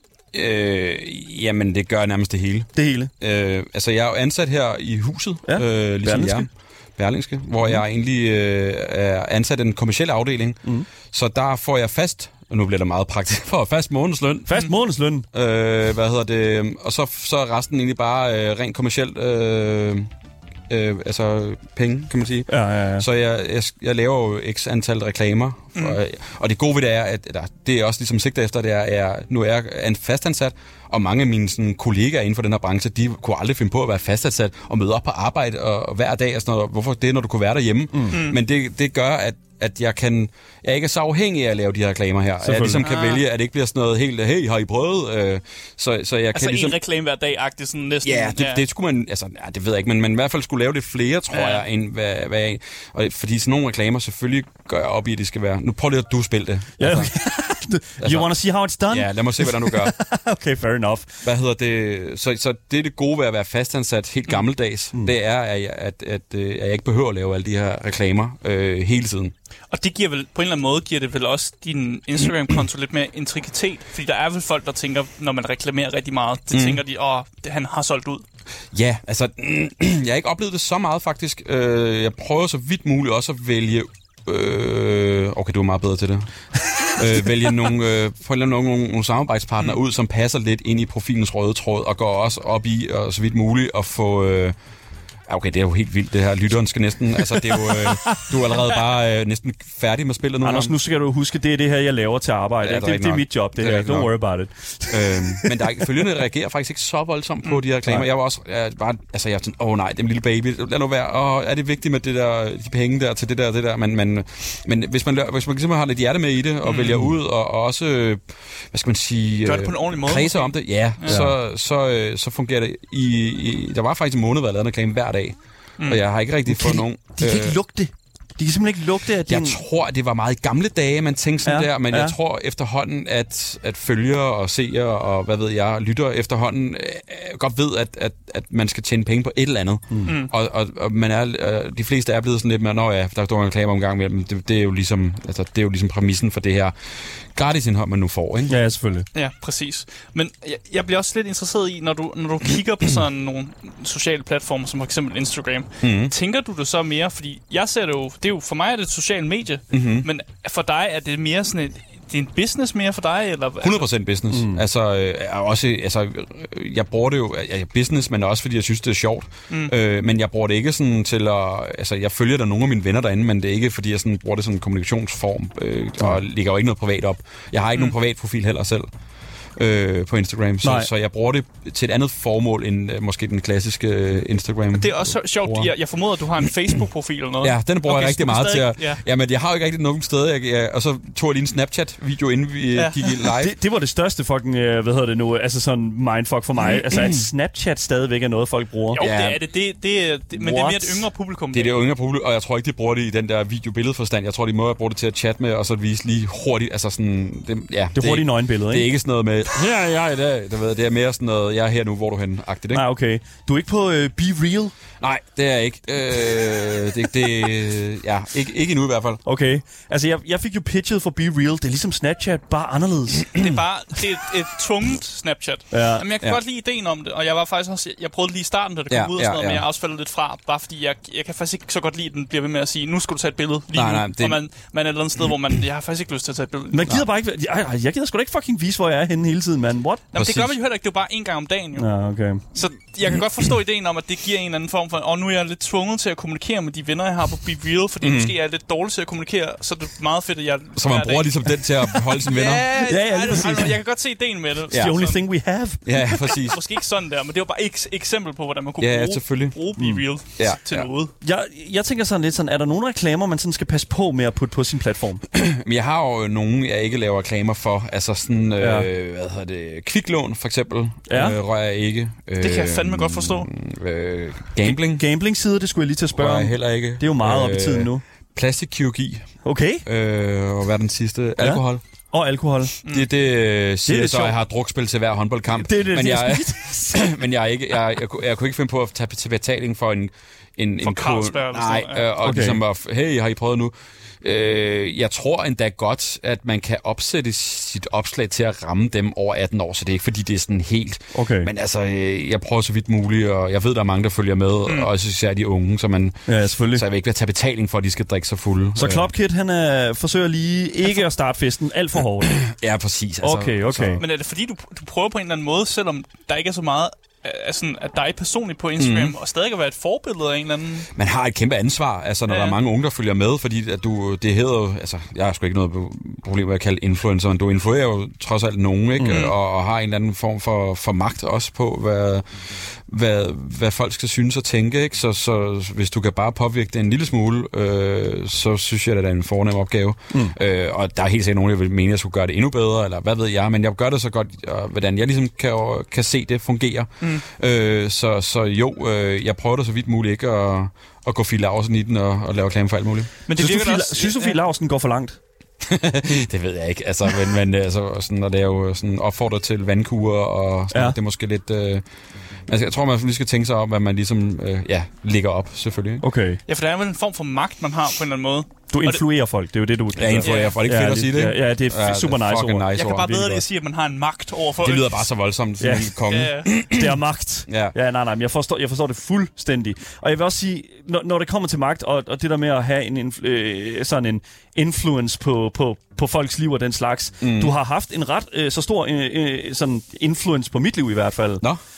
Øh, jamen, det gør nærmest det hele. Det hele? Øh, altså, jeg er jo ansat her i huset, ja. øh, ligesom Berlingske. jeg. Berlingske, hvor mm. jeg egentlig øh, er ansat i den kommercielle afdeling. Mm. Så der får jeg fast, og nu bliver det meget praktisk, for fast månedsløn. Fast månedsløn? Øh, hvad hedder det? Og så, så er resten egentlig bare øh, rent kommercielt, øh, øh, altså penge, kan man sige. Ja, ja, ja. Så jeg, jeg, jeg laver jo x antal reklamer. For, mm. Og det gode ved det er, at eller, det er også ligesom sigter efter, det er, er nu er jeg en fastansat, og mange af mine sådan, kollegaer inden for den her branche, de kunne aldrig finde på at være fastansat og møde op på arbejde og, og hver dag og sådan noget. Hvorfor det, når du kunne være derhjemme? Mm. Men det, det gør, at at jeg kan jeg ikke er så afhængig af at lave de her reklamer her. Jeg ligesom kan ah. vælge, at det ikke bliver sådan noget helt, hey, har I prøvet? Øh, så, så jeg altså kan ligesom... en reklame hver dag-agtigt sådan næsten. Ja, det, ja. det skulle man, altså, ja, det ved jeg ikke, men, men i hvert fald skulle lave lidt flere, tror ja. jeg, end hvad, hvad jeg... Og fordi sådan nogle reklamer selvfølgelig gør jeg op i, at det skal være... Nu prøv lige at du spille det. Ja, okay. You altså, wanna see how it's done? Ja, lad mig se, hvad der nu gør. Okay, fair enough. Hvad hedder det? Så, så det er det gode ved at være fastansat helt gammeldags. Mm. Det er, at jeg, at, at, at jeg ikke behøver at lave alle de her reklamer øh, hele tiden. Og det giver vel, på en eller anden måde, giver det vel også din Instagram-konto lidt mere intrikitet. Fordi der er vel folk, der tænker, når man reklamerer rigtig meget, det mm. tænker de, åh, det, han har solgt ud. Ja, altså, jeg har ikke oplevet det så meget faktisk. Jeg prøver så vidt muligt også at vælge... Øh, okay, du er meget bedre til det. øh, vælge nogle, øh, for nogle, nogle, nogle samarbejdspartnere mm. ud, som passer lidt ind i profilens røde tråd, og går også op i, og så vidt muligt, at få... Øh, Okay, det er jo helt vildt, det her. Lytteren skal næsten... Altså, det er jo... Øh, du er allerede bare øh, næsten færdig med spillet nu. Anders, nu skal du huske, det er det her, jeg laver til arbejde. Ja, det, det, det er mit job, det, det her. Don't nok. worry about it. øhm, men der er, følgende reagerer faktisk ikke så voldsomt på de her reklamer. Jeg var også jeg bare... Altså, jeg var sådan, åh oh, nej, den lille baby, lad nu være. Åh, oh, er det vigtigt med det der, de penge der til det der det der? Men, men, men hvis man, hvis man simpelthen har lidt hjerte med i det, og mm. vælger ud, og, og også... Hvad skal man sige... Gør det på en ordentlig måde. Kredser om det, ja. ja. Så, så, så fungerer det. I, i, der var faktisk en måned, hvor jeg lavede en reklame hver dag. Mm. Og jeg har ikke rigtig fået nogen... De kan øh, ikke lugte. De kan simpelthen ikke lugte, at Jeg din... tror, det var meget i gamle dage, man tænkte sådan ja, der, men ja. jeg tror efterhånden, at, at følgere og seere og hvad ved jeg, lytter efterhånden øh, godt ved, at, at, at man skal tjene penge på et eller andet. Mm. Og, og, og man er, øh, de fleste er blevet sådan lidt mere, nå ja, der står en reklame omgang med det, det, er jo ligesom, altså, det er jo ligesom præmissen for det her gratis indhold, man nu får, ikke? Ja, selvfølgelig. Ja, præcis. Men jeg, jeg bliver også lidt interesseret i, når du, når du kigger på sådan nogle sociale platformer, som for eksempel Instagram, mm. tænker du det så mere, fordi jeg ser det jo, det er jo, for mig er det et socialt medie, mm-hmm. men for dig er det mere sådan et, det er en business mere for dig, eller? hundrede procent business. Mm. Altså, øh, også, altså, jeg bruger det jo, ja, business, men også fordi jeg synes, det er sjovt. Mm. Øh, men jeg bruger det ikke sådan til at, altså, jeg følger der nogle af mine venner derinde, men det er ikke, fordi jeg sådan bruger det som en kommunikationsform, øh, og lægger jo ikke noget privat op. Jeg har ikke mm. nogen privat profil heller selv. Øh, på Instagram, så, så jeg bruger det til et andet formål end øh, måske den klassiske øh, Instagram. Det er også sjovt, jeg, jeg formoder, at du har en Facebook-profil eller noget. Ja, den bruger okay, jeg rigtig meget stadig, til at... Ja. Jamen, jeg har jo ikke rigtig nogen steder, jeg, jeg, og så tog jeg lige en Snapchat-video, inden vi ja. gik live. Det, det var det største fucking, hvad hedder det nu, altså sådan mindfuck for mig. Altså, at Snapchat stadigvæk er noget, folk bruger. Jo, ja. det er det, det, det, det men What? det er mere et yngre publikum. Det er det yngre publikum, og jeg tror ikke, de bruger det i den der video-billedforstand. Jeg tror, de må bruge det til at chatte med, og så vise lige hurtigt, altså sådan... Det, ja, det er hurtigt nøgenbillede, ikke? Det er ikke sådan noget med, her er jeg i dag. Det, ved, det er mere sådan noget, jeg er her nu, hvor du hen-agtigt, ikke? Nej, okay. Du er ikke på uh, Be Real? Nej, det er jeg ikke. Øh, det, det, ja, ikke, ikke endnu i hvert fald. Okay. Altså, jeg, jeg fik jo pitchet for Be Real. Det er ligesom Snapchat, bare anderledes. Det er bare det er et, et tvunget Snapchat. Ja. Jamen, jeg kan ja. godt lide ideen om det, og jeg var faktisk også, jeg prøvede lige i starten, da det kom ja, ud og sådan ja, noget, ja. men jeg også faldet lidt fra, bare fordi jeg, jeg kan faktisk ikke så godt lide, at den bliver ved med at sige, nu skal du tage et billede lige nej, nu. Nej, det... Og man, man er et eller andet sted, hvor man, jeg har faktisk ikke lyst til at tage et billede. Man gider bare ikke, jeg, jeg gider sgu da ikke fucking vise, hvor jeg er henne hele tiden, man. What? Jamen, det gør man jo heller ikke, det er jo bare en gang om dagen, jo. Ja, okay. Så jeg kan godt forstå ideen om, at det giver en eller anden form for, og nu er jeg lidt tvunget til at kommunikere med de venner, jeg har på Be Real, fordi mm. måske er jeg lidt dårlig til at kommunikere, så det er meget fedt, at jeg... Så man bruger dag. ligesom den til at holde sine venner? ja, ja, ja, altså, jeg kan godt se ideen med det. It's the only thing we have. Ja, præcis. Måske ikke sådan der, men det var bare et eksempel på, hvordan man kunne ja, bruge, bruge Be Real mm. ja, til ja. noget. Jeg, jeg tænker sådan lidt sådan, er der nogle reklamer, man sådan skal passe på med at putte på sin platform? Men jeg har jo nogen, jeg ikke laver reklamer for. Altså sådan, ja. øh, hvad hedder det, kviklån for eksempel, ja. øh, rører jeg ikke. Det kan jeg fandme godt forstå. Øh, gambling. Gambling-side, det skulle jeg lige til at spørge om. Heller ikke. Det er jo meget øh, op i tiden nu. Plastikkirurgi. Okay. Øh, og hvad er den sidste? Ja. Alkohol. Og alkohol. Mm. Det, det siger det så, at jeg har drukspil til hver håndboldkamp. Det er det, men jeg, jeg men jeg, er ikke, jeg, jeg, jeg, jeg kunne ikke finde på at tage til betaling for en... en, for en Carlsberg. Nej, øh, og okay. ligesom at, hey, har I prøvet nu? Øh, jeg tror endda godt, at man kan opsætte sit opslag til at ramme dem over atten år, så det er ikke fordi, det er sådan helt... Okay. Men altså, jeg prøver så vidt muligt, og jeg ved, der er mange, der følger med, mm. og også især de unge, så, man, ja, selvfølgelig. så jeg vil ikke tage betaling for, at de skal drikke sig fulde. Så Klopkid, han er, forsøger lige ikke at starte festen alt for hårdt. Ja, præcis. Altså, okay, okay. Så. Men er det fordi, du, du prøver på en eller anden måde, selvom der ikke er så meget... Altså, at dig personligt på Instagram, mm. og stadig at være et forbillede af en eller anden... Man har et kæmpe ansvar, altså, når ja. der er mange unge, der følger med, fordi at du, det hedder jo... Altså, jeg har sgu ikke noget problem med at kalde influencer, men du influerer jo trods alt nogen, ikke? Mm. Og, og har en eller anden form for, for magt også på, hvad, hvad, hvad folk skal synes og tænke, ikke? Så, så hvis du kan bare påvirke det en lille smule, øh, så synes jeg, at det er en fornem opgave. Mm. Øh, og der er helt sikkert nogen, der vil mene, at jeg skulle gøre det endnu bedre, eller hvad ved jeg, men jeg gør det så godt, og hvordan jeg ligesom kan, kan se det fungere. Mm. Øh, så, så jo, øh, jeg prøver det så vidt muligt ikke at, at gå Fie Laursen i den og, og lave reklame for alt muligt. Men det synes, du, også, synes du, Fie Laursen går for langt? Det ved jeg ikke, altså, men, men altså, sådan, at lave sådan opfordret til vandkurer, og sådan, ja. det er måske lidt... Øh, altså, jeg tror, man lige skal tænke sig om, hvad man ligesom øh, ja, lægger op, selvfølgelig. Ikke? Okay. Ja, for der er vel en form for magt, man har på en eller anden måde. Du influerer folk, det er jo det, du... Ja, influerer folk. Ikke fedt at sige det? Ja, ja, det er ja, super det er nice ord. Nice jeg kan bare bedre det at sige, at man har en magt over folk. Det lyder bare så voldsomt, sådan en konge. Ja, ja. Det er magt. Ja, ja nej, nej, men jeg forstår, jeg forstår det fuldstændig. Og jeg vil også sige, når, når det kommer til magt, og, og det der med at have en, influ- øh, sådan en influence på, på, på folks liv og den slags, mm. du har haft en ret øh, så stor øh, sådan influence på mit liv i hvert fald. Nå?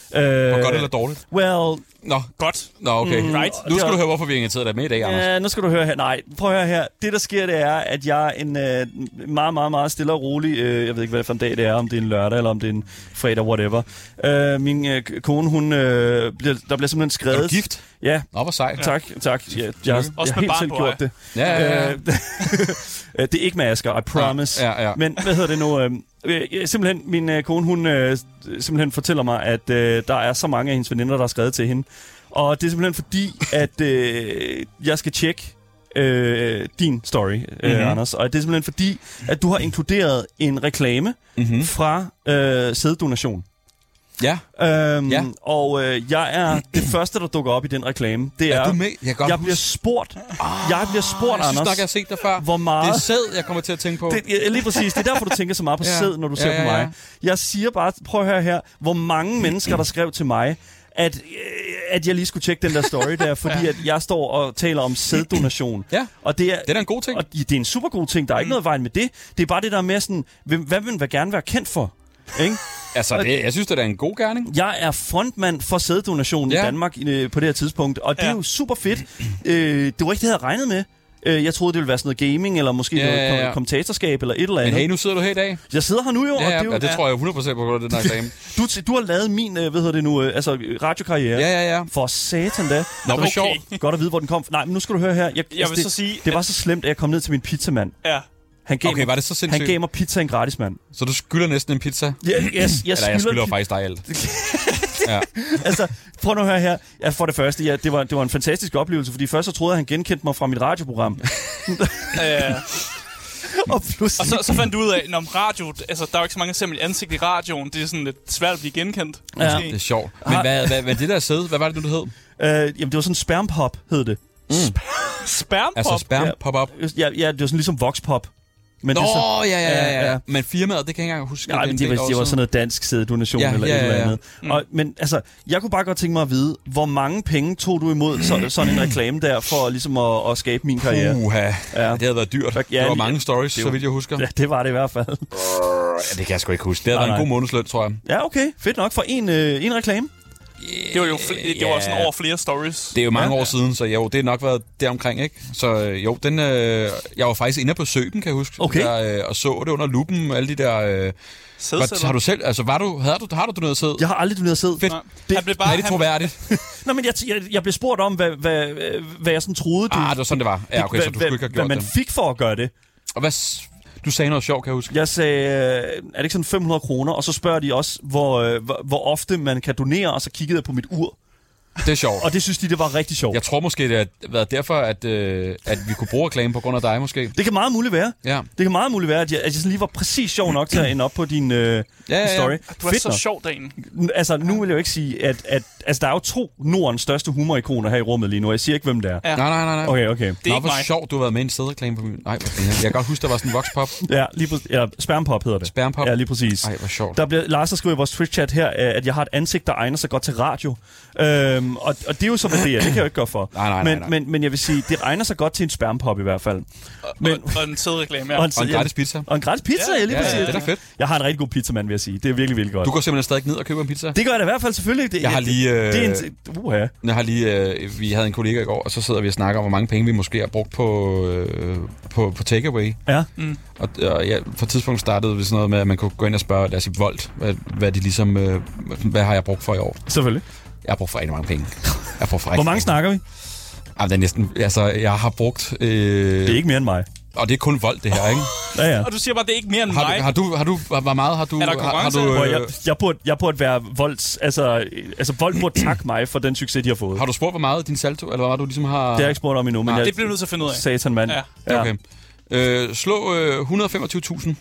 Uh, Hvor godt eller dårligt? Well... Nå, godt. Nå, okay. Mm, right. Nu skal du høre, hvorfor vi har inviteret dig med i dag, Anders. Ja, nu skal du høre her. Nej, prøv at høre her. Det, der sker, det er, at jeg en øh, meget, meget, meget stille og rolig... Øh, jeg ved ikke, hvad for en dag det er, om det er en lørdag, eller om det er en fredag, whatever. Øh, min øh, kone, hun... Øh, bliver, der bliver simpelthen skrevet... Er du gift? Ja. Nå, hvor sejt. Tak, tak. Ja, jeg, jeg, jeg har helt selv gjort det. Ja, ja, ja. Det er ikke med Asger, I promise. Ja, ja, ja. Men hvad hedder det nu? Øh, simpelthen, min øh, kone, hun øh, simpelthen fortæller mig, at øh, der er så mange af hendes veninder, der har skrevet til hende. Og det er simpelthen fordi, at øh, jeg skal tjekke øh, din story, øh, mm-hmm. Anders. Og det er simpelthen fordi, at du har inkluderet en reklame mm-hmm. fra øh, sæddonation. Ja. Øhm, ja. Og øh, jeg er det første, der dukker op i den reklame. Det er, er du med? Jeg, jeg bliver spurgt. Oh, jeg bliver spurgt, jeg Anders. Jeg synes nok, jeg har set dig før. Hvor meget... Det er sæd, jeg kommer til at tænke på. Det, ja, lige præcis. Det er derfor, du tænker så meget på ja. sæd, når du ja, ser ja, på mig. Ja. Jeg siger bare, prøv at høre her, hvor mange mennesker, der skrev til mig, at, at jeg lige skulle tjekke den der story der, fordi ja. at jeg står og taler om sæddonation. Ja, og det er, det er da en god ting. Og det er en super god ting. Der er ikke mm. noget vejen med det. Det er bare det der med sådan, hvad vil man gerne være kendt for? Ikke? Altså, det, jeg synes, det er en god gerning. Jeg er frontmand for sæddonation ja. i Danmark øh, på det her tidspunkt, og det ja. er jo super fedt. Øh, det var ikke det, jeg havde regnet med. Øh, jeg troede, det ville være sådan noget gaming, eller måske ja, noget ja, ja. kommentatorskab, eller et eller andet. Men hey, nu sidder du her i dag. Jeg sidder her nu jo. Ja, ja, og det, er jo, ja, det tror jeg hundrede procent på den her reklame. du, du har lavet min, øh, hvad hedder det nu, øh, altså radiokarriere. Ja, ja, ja. For satan da. Nå, hvor sjovt. Godt at vide, hvor den kom. Nej, men nu skal du høre her. Jeg, jeg altså, vil det, så sige... Det var så slemt, at jeg kom ned til min pizzamand. Ja. Han gav, okay, mig, var det så sindssygt? Han gav mig pizzaen gratis, mand. Så du skylder næsten en pizza? Ja, yes, jeg Eller skylder jeg skylder faktisk dig alt. ja. Altså, prøv nu at høre her. Ja, for det første, ja, det, var, det var en fantastisk oplevelse, fordi først så troede jeg, han genkendte mig fra mit radioprogram. ja. og, og så, så fandt du ud af, når radio, altså der er jo ikke så mange simpelthen ansigt i radioen, det er sådan lidt svært at blive genkendt. Ja. Det er sjovt. Men hvad, hvad, hvad det der sæde, hvad var det nu, det hed? Øh, jamen, det var sådan spermpop, hed det. Mm. Spermpop? Altså spermpop-up? Ja, ja, det var sådan ligesom voxpop. Men Nå, det så, ja, ja, ja, ja, ja. Men firmaet, det kan jeg ikke engang huske. Nej, men det var, det var sådan noget dansk sæddonation ja, eller ja, et eller andet. Ja, ja. Og, men altså, jeg kunne bare godt tænke mig at vide, hvor mange penge tog du imod så, sådan en reklame der, for ligesom at, at skabe min karriere? Uha, ja. Det havde været dyrt. Ja, det var mange stories, det var, så vidt jeg husker. Ja, det var det i hvert fald. Ja, det kan jeg sgu ikke huske. Det havde været en god månedsløn, tror jeg. Ja, okay. Fedt nok for en, øh, en reklame. Yeah, det var jo fl- det var sådan over flere stories. Det er jo mange ja, år ja. siden, så jo, det har nok været deromkring, ikke? Så jo, den, øh, jeg var faktisk inde på Søben, kan jeg huske, okay. der, øh, og så det under luppen, alle de der... Øh, var, har du selv, altså var du, havde du, har du doneret sæd? Jeg har aldrig doneret sæd. Fedt. Det, blev bare, er det troværdigt? Nå, men jeg, jeg, jeg blev spurgt om, hvad, hvad, hvad jeg sådan troede. Ah, det var sådan, det var. Ja, okay, det, så du hvad, skulle ikke have gjort hvad man det. fik for at gøre det. Og hvad... Du sagde noget sjovt, kan jeg huske. Jeg sagde, er det ikke sådan fem hundrede kroner? Og så spørger de også, hvor, hvor, hvor ofte man kan donere, og så kiggede jeg på mit ur. Det er sjovt. Og det synes de, det var rigtig sjovt. Jeg tror måske, det har været derfor, at, øh, at vi kunne bruge reklame på grund af dig, måske. Det kan meget muligt være. Ja. Det kan meget muligt være, at jeg, at jeg sådan lige var præcis sjov nok til at ende op på din øh, ja, ja, story. Ja. Du er Fedt så nok. Sjov, dagen. Altså, nu vil jeg jo ikke sige, at, at altså, der er jo to Nordens største humorikoner her i rummet lige nu. Jeg siger ikke, hvem det er. Ja. Nej, nej, nej, nej. Okay, okay. Det er Nå, hvor sjovt, du har været med i en sædreklame på min... Nej, jeg kan godt huske, der var sådan en voxpop. Ja, lige præcis. Eller spermpop hedder det. Spermpop? Ja, lige præcis. Ej, hvor sjovt. Der bliver, Lars har skrevet i vores Twitch-chat her, at jeg har et ansigt, der egner sig godt til radio. Øhm, og, og det er jo så, hvad det er. Det kan jeg jo ikke gøre for. Nej, nej, men, nej, nej. Men, men jeg vil sige, det egner sig godt til en spermpop i hvert fald. Men, og, og en sædreklame, ja. Og en, og en gratis pizza. Og en gratis pizza, ja, ja lige ja, præcis. Ja, det er fedt. Jeg har en rigtig god pizzamand, vil jeg sige. Det er virkelig, virkelig godt. Du går simpelthen stadig ned og køber en pizza? Det gør jeg da i hvert fald selvfølgelig. Det, jeg har lige... Øh, det er en, uh-huh. Jeg har lige... Øh, vi havde en kollega i går, og så sidder vi og snakker om, hvor mange penge vi måske har brugt på, øh, på, på takeaway. Ja. Mm. Og, og ja, for et tidspunkt startede vi sådan noget med, at man kunne gå ind og spørge, lad os sige, Volt, hvad, hvad de ligesom... Øh, hvad har jeg brugt for i år? Selvfølgelig. Jeg har brugt for rigtig mange penge. Jeg har brugt for Hvor mange penge. snakker vi? Jamen, det er næsten... Altså, jeg har brugt... Øh, det er ikke mere end mig. Og det er kun Volt, det her, ikke? Ja, ja. Og du siger bare, det er ikke mere end har mig. Du, har du... Har du... Hvor meget har du... Er der konkurrence? Har, har du, øh, jeg, jeg, burde, jeg burde være Volts... Altså, altså Volt burde takke mig for den succes, de har fået. Har du spurgt, hvor meget din salto... Eller hvad var du ligesom har... Det har jeg ikke spurgt om endnu, men Nej, jeg... Det bliver nødt til at finde ud af. Satan, mand. Ja. Ja. Okay. Øh, slå øh, et hundrede og femogtyve tusind.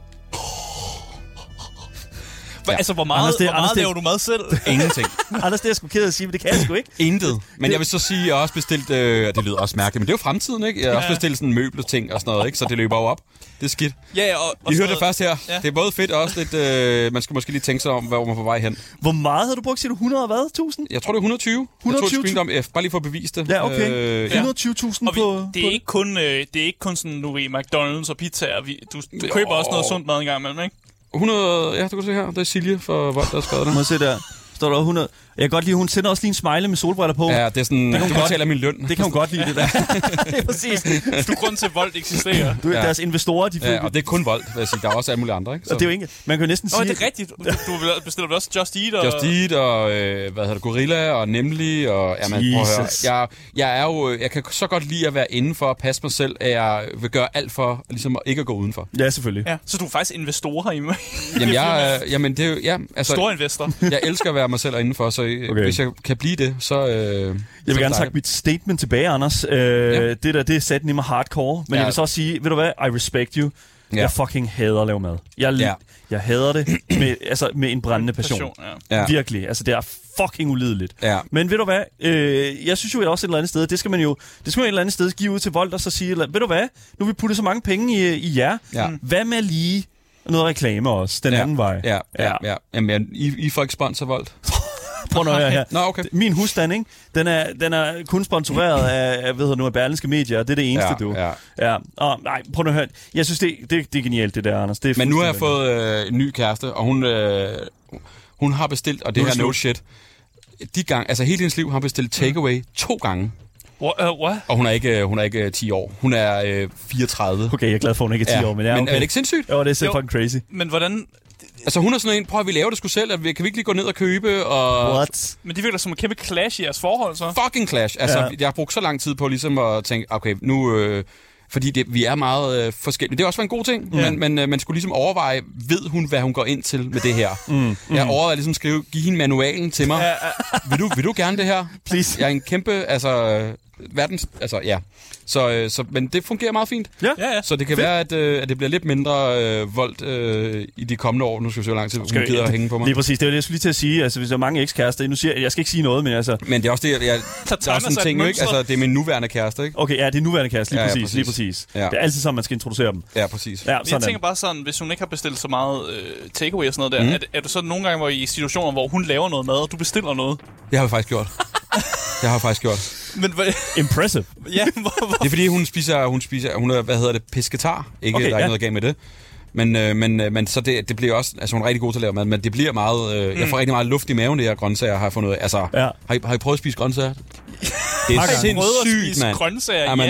Ja. Altså, hvor meget, Anders, det, hvor meget Anders, laver du mad selv? Ingenting. Anders, det er jeg sgu ked af at sige, men det kan jeg sgu ikke. Intet. Men jeg vil så sige, at jeg har også bestilt... Øh, det lyder også mærkeligt, men det er jo fremtiden, ikke? Jeg har ja. også bestilt sådan møbleting og sådan noget, ikke? Så det løber jo op. Det er skidt. Ja, og, og I hørte det først her. Ja. Det er både fedt og også lidt... Øh, man skal måske lige tænke sig om, hvor man er på vej hen. Hvor meget havde du brugt? Siger du hundrede og hvad? tusind? Jeg tror, det er et hundrede og tyve. hundrede og tyve Jeg tog et bare lige for at bevise det. Ja, okay. Øh, et hundrede og tyve tusind ja. på... Det er, ikke kun, øh, det er ikke kun sådan, nu ved McDonald's og pizzaer. Vi, du, du køber også noget sundt mad en gang imellem, ikke? hundrede... Ja, du kan se her. Det er Silje for Volt, der har skrevet det. Må jeg se der. står der hundrede. Jeg kan godt lide, hun sender også lige en smiley med solbriller på. Ja, det er sådan, det kan hun godt tale min løn. Det kan hun godt lide, det der. Det er præcis. Du er grund til, at Volt eksisterer. Du, ja. Deres investorer, de ja, og det er kun Volt, vil jeg sige. Der er også alle mulige andre, ikke? Så. Og det er jo ikke... Man kan jo næsten Nå, sige... det er rigtigt. Du, du bestiller vel også Just Eat og... Just Eat og, øh, hvad hedder det, Gorilla og Nemlig og... Ja, man, prøv at høre. Jeg, jeg er jo... Jeg kan så godt lide at være indenfor og passe mig selv, at jeg vil gøre alt for ligesom ikke at gå udenfor. Ja, selvfølgelig. Ja, så du er faktisk investor herhjemme. Jamen, jeg, jamen, det er jo... Ja, altså, stor investor. Jeg elsker at være mig selv indenfor, så okay. Hvis jeg kan blive det, så... Øh, jeg vil gerne tage mit statement tilbage, Anders. Øh, ja. Det der, det er sat nemlig hardcore. Men ja. Jeg vil så også sige, ved du hvad? I respect you. Ja. Jeg fucking hader at lave mad. Jeg, ja. jeg hader det med, altså, med en brændende passion. passion ja. Ja. Virkelig. Altså, det er fucking ulideligt. Ja. Men ved du hvad? Øh, jeg synes jo også et eller andet sted, det skal man jo det skal man et eller andet sted give ud til Volt og så sige, ved du hvad? Nu vil vi putte så mange penge i, i jer. Ja. Hvad med lige noget reklame også? Den ja. anden vej. Ja, ja, ja. Jamen, I, I får ikke sponsor Volt. Prøv at høre her. Nå, okay. Min husstand, ikke? Den er, den er kun sponsoreret af, af ved du nu, af Berlingske Medier, og det er det eneste, ja, du. Ja. Ja. Og, nej, prøv at høre. Jeg synes, det, det, det er genialt, det der, Anders. Det er Men nu har jeg fået øh, en ny kæreste, og hun, øh, hun har bestilt, og det her no shit, de gang, altså hele hendes liv har hun bestilt takeaway mm. to gange. What? Uh, what? Og hun er ikke hun er ikke ti år. Hun er øh, fireogtredive. Okay, jeg er glad for, at hun ikke er ti ja. år, men ja, men okay. er det ikke sindssygt? Jo, det er så fucking crazy. Men hvordan... Altså hun er sådan en, prøv at vi laver det sgu selv, at vi, kan vi ikke lige gå ned og købe, og... What? Men det virker som et kæmpe clash i jeres forhold, så. Fucking clash. Altså, ja. Jeg har brugt så lang tid på ligesom at tænke, okay, nu... Øh, fordi det, vi er meget øh, forskellige. Det er også en god ting, ja. men, men øh, man skulle ligesom overveje, ved hun, hvad hun går ind til med det her? Mm, mm. Jeg overvejer ligesom at skrive, give hende manualen til mig. Ja, ja. Vil, du, vil du gerne det her? Please. Jeg er en kæmpe, altså... Verdens, altså ja. Så, øh, så, men det fungerer meget fint. Ja, ja, ja. Så det kan Fedt. være, at, øh, at det bliver lidt mindre øh, voldt øh, i de kommende år. Nu skal vi se, hvor lang tid hun gider at hænge på mig. Lige præcis. Det er det, jeg skulle lige til at sige. Altså, hvis der er mange ekskærester, nu siger jeg, jeg skal ikke sige noget, men altså... Men det er også det, jeg... jeg der er også en ting, ikke? Altså, det er min nuværende kæreste, ikke? Okay, ja, det er nuværende kæreste. Lige ja, ja, præcis. præcis. Lige præcis. Ja. Det er altid sådan, man skal introducere dem. Ja, præcis. Ja, jeg tænker bare sådan, hvis hun ikke har bestilt så meget øh, takeaway og sådan noget der, mm. er, er du så nogle gange hvor I situationer, hvor hun laver noget mad, og du bestiller noget? Det har vi faktisk gjort. Det har jeg faktisk gjort. Men impressive. Ja, hvor, hvor... Det er fordi hun spiser hun spiser hun er, hvad hedder det, pesketar. Ikke okay, der er ja. ikke noget galt med det. Men øh, men men så det det bliver også, altså hun er rigtig god til at lave mad, men det bliver meget øh, mm. jeg får rigtig meget luft i maven, det her grøntsager har jeg fundet ud af. Altså ja. har, I, har I prøvet at spise grøntsager? Det er sindssygt, mand. Grøntsager, ja. Men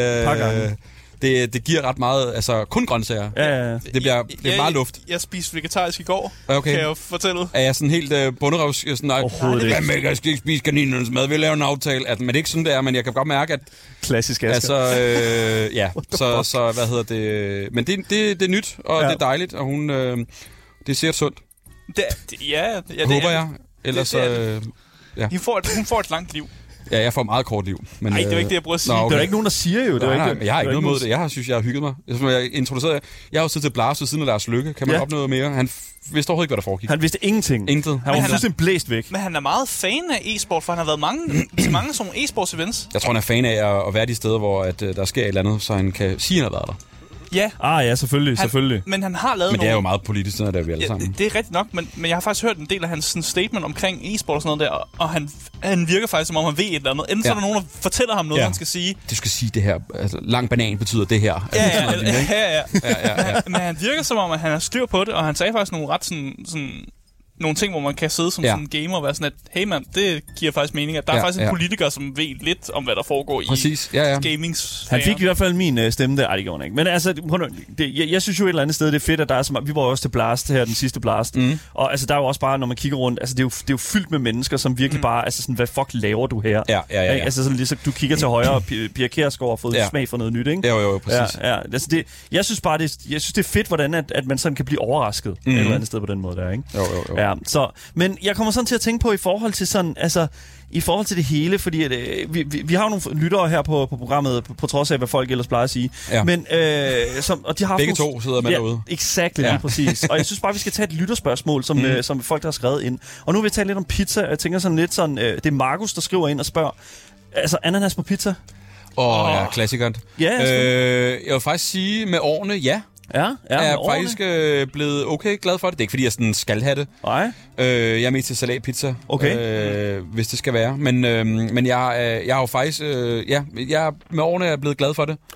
det øh, Det, det giver ret meget, altså kun grøntsager. Ja, ja, ja. Det bliver, det bliver meget luft. Jeg, jeg spiste vegetarisk i går, okay. kan jeg jo fortælle. Er jeg sådan helt uh, bunderøvs? Sådan, nej, overhovedet ikke. Hvad, jeg skal ikke spise kaninernes mad, vi laver en aftale. At, men det er ikke sådan, det er, men jeg kan godt mærke, at... Klassisk Asger. Altså, øh, ja, så, så hvad hedder det... Men det, det, det er nyt, og ja. det er dejligt, og hun... Øh, det er sikkert sundt. Det, det, ja, ja, det håber er, jeg. Ellers det, det øh, ja. hun, får et, hun får et langt liv. Ja, jeg får meget kort liv. Nej, det er jo ikke det, jeg prøver at sige. Nå, okay. Det er ikke nogen, der siger jo. Det nej, er nej, ikke, jeg har ikke noget mod det. Jeg har, synes, jeg har hygget mig. Jeg, jeg, introducerede, jeg har jo siddet til Blast ved siden af Lars Lykke. Kan man ja. opnå noget mere? Han vidste overhovedet ikke, hvad der foregik. Han vidste ingenting. Intet. Han var fuldstændig blæst væk. Men han er meget fan af e-sport, for han har været mange, til mange sådan e-sports events. Jeg tror, han er fan af at, at være de steder, hvor at, der sker et eller andet, så han kan sige, at han har været der. Ja. Ah ja, selvfølgelig, han, selvfølgelig. Men han har lavet Men det er nogle... jo meget politisk, sådan er det vi alle ja, sammen. Det, det er rigtigt nok, men, men jeg har faktisk hørt en del af hans sådan, statement omkring e-sport og sådan noget der, og, og han, han virker faktisk, som om han ved et eller andet. Enten ja. så er der nogen, der fortæller ham noget, ja. han skal sige. Du skal sige det her. Altså, lang banan betyder det her. Ja, ja, ja, ja, ja. ja, ja, ja. Men, men han virker som om, at han har styr på det, og han sagde faktisk nogle ret sådan... sådan nogle ting, hvor man kan sidde som ja. sådan en gamer og være sådan, at hey man, det giver faktisk mening, at der ja, er faktisk en ja. politiker, som ved lidt om, hvad der foregår Præcis. i ja, ja. gamings. Han fik i hvert fald min uh, stemme der. Ej, det gjorde han ikke. Men altså, det, jeg, jeg synes jo et eller andet sted, det er fedt, at der er så meget. Vi var også til Blast her, den sidste Blast. Mm. Og altså, der er jo også bare, når man kigger rundt, altså, det er jo, det er jo fyldt med mennesker, som virkelig mm. bare, altså sådan, hvad fuck laver du her? Ja, ja, ja. ja. Altså sådan, ligesom, du kigger til højre, og Pia Kjærsgaard har fået ja. smag for noget nyt, ikke? Jo, jo, præcis. Ja, ja. Altså, det, jeg synes bare, det, jeg synes, det er fedt, hvordan at, at man sådan kan blive overrasket mm. et eller andet sted på den måde der, ikke? Jo, jo, jo. Ja, så, men jeg kommer sådan til at tænke på i forhold til sådan, altså i forhold til det hele, fordi at, øh, vi, vi, vi har jo nogle lyttere her på, på programmet, på, på trods af, hvad folk ellers plejer at sige. Ja. Men, øh, som, og de har Begge nogle, to sidder med ja, derude. Exakt, ja. præcis. Og jeg synes bare, vi skal tage et lytterspørgsmål, som, mm. øh, som folk der har skrevet ind. Og nu vil jeg tale lidt om pizza, og jeg tænker sådan lidt sådan, øh, det er Markus, der skriver ind og spørger, altså ananas på pizza? Åh, oh, oh. ja, klassikeren. Ja, øh, jeg vil faktisk sige, med årene, ja. Ja, ja, jeg er faktisk øh, blevet okay glad for det. Det er ikke, fordi jeg sådan skal have det. Nej. Øh, jeg er med til salatpizza, okay. øh, hvis det skal være. Men, øh, men jeg, øh, jeg har jo faktisk... Øh, ja, jeg, med årene er jeg blevet glad for det. Okay.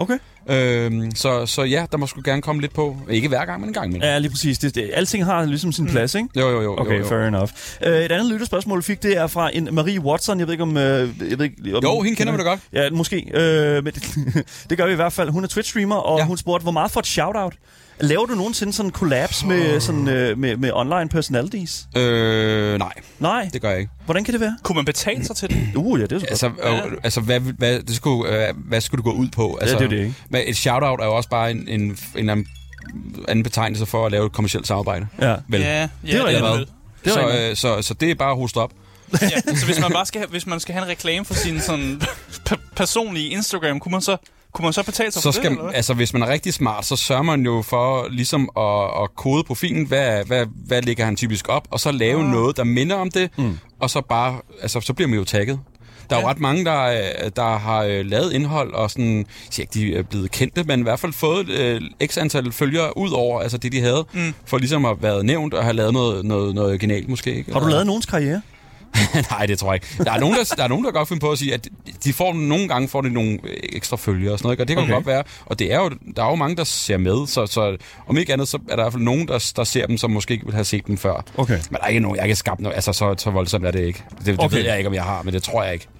Øhm, så, så ja, der må sgu gerne komme lidt på. Ikke hver gang, men en gang imellem. Ja, lige præcis. Det, det, alting har ligesom sin plads, ikke? Jo, jo, jo. Okay, jo, jo. fair enough. Uh, et andet lytterspørgsmål, vi fik, det er fra en Marie Watson. Jeg ved ikke om... Uh, jeg ved ikke, om jo, hende kender vi da godt. Ja, måske. Uh, men det, det gør vi i hvert fald. Hun er Twitch-streamer, og ja. hun spurgte, hvor meget for et shout-out? Laver du nogensinde sådan en collabs oh. med, sådan, uh, med, med online personalities? Øh, nej. Nej? Det gør jeg ikke. Hvordan kan det være? Kunne man betale sig til det? Uh, ja, det er så altså, godt. Øh, altså, hvad, hvad, det skulle, øh, hvad skulle du gå ud på? Altså, ja, det er det, ikke? Men et shout-out er jo også bare en, en, en anden betegnelse for at lave et kommercielt samarbejde. Ja, vel? ja, ja det er rigtigt. Det så, øh, så, så det er bare at hoste op. Ja, så hvis man bare skal have, hvis man skal have en reklame for sin sådan p- personlige Instagram, kunne man så kunne man så betale sig så for skal, det, eller altså hvis man er rigtig smart, så sørger man jo for ligesom at, at kode profilen, hvad, hvad, hvad lægger han typisk op, og så lave ah. noget, der minder om det, mm. og så bare, altså så bliver man jo tagget. Der er ja. jo ret mange, der, der har lavet indhold, og sådan, jeg siger ikke, de er blevet kendte, men i hvert fald fået øh, x antal følgere ud over altså det, de havde, mm. for ligesom at have været nævnt og have lavet noget, noget, noget genialt måske. Ikke? Har du lavet nogens karriere? Nej, det tror jeg ikke. Der er nogen, der, der er nogen, der godt finde på at sige, at de får nogle gange får de nogle ekstra følgere og sådan noget, og det kan okay. godt være. Og det er jo, der er jo mange, der ser med, så, så om ikke andet, så er der i hvert fald nogen, der, der ser dem, som måske ikke ville have set dem før. Okay. Men der er ikke nogen, jeg kan skabe noget, altså så, så voldsomt er det ikke. Det, det okay. ved jeg ikke, om jeg har, men det tror jeg ikke.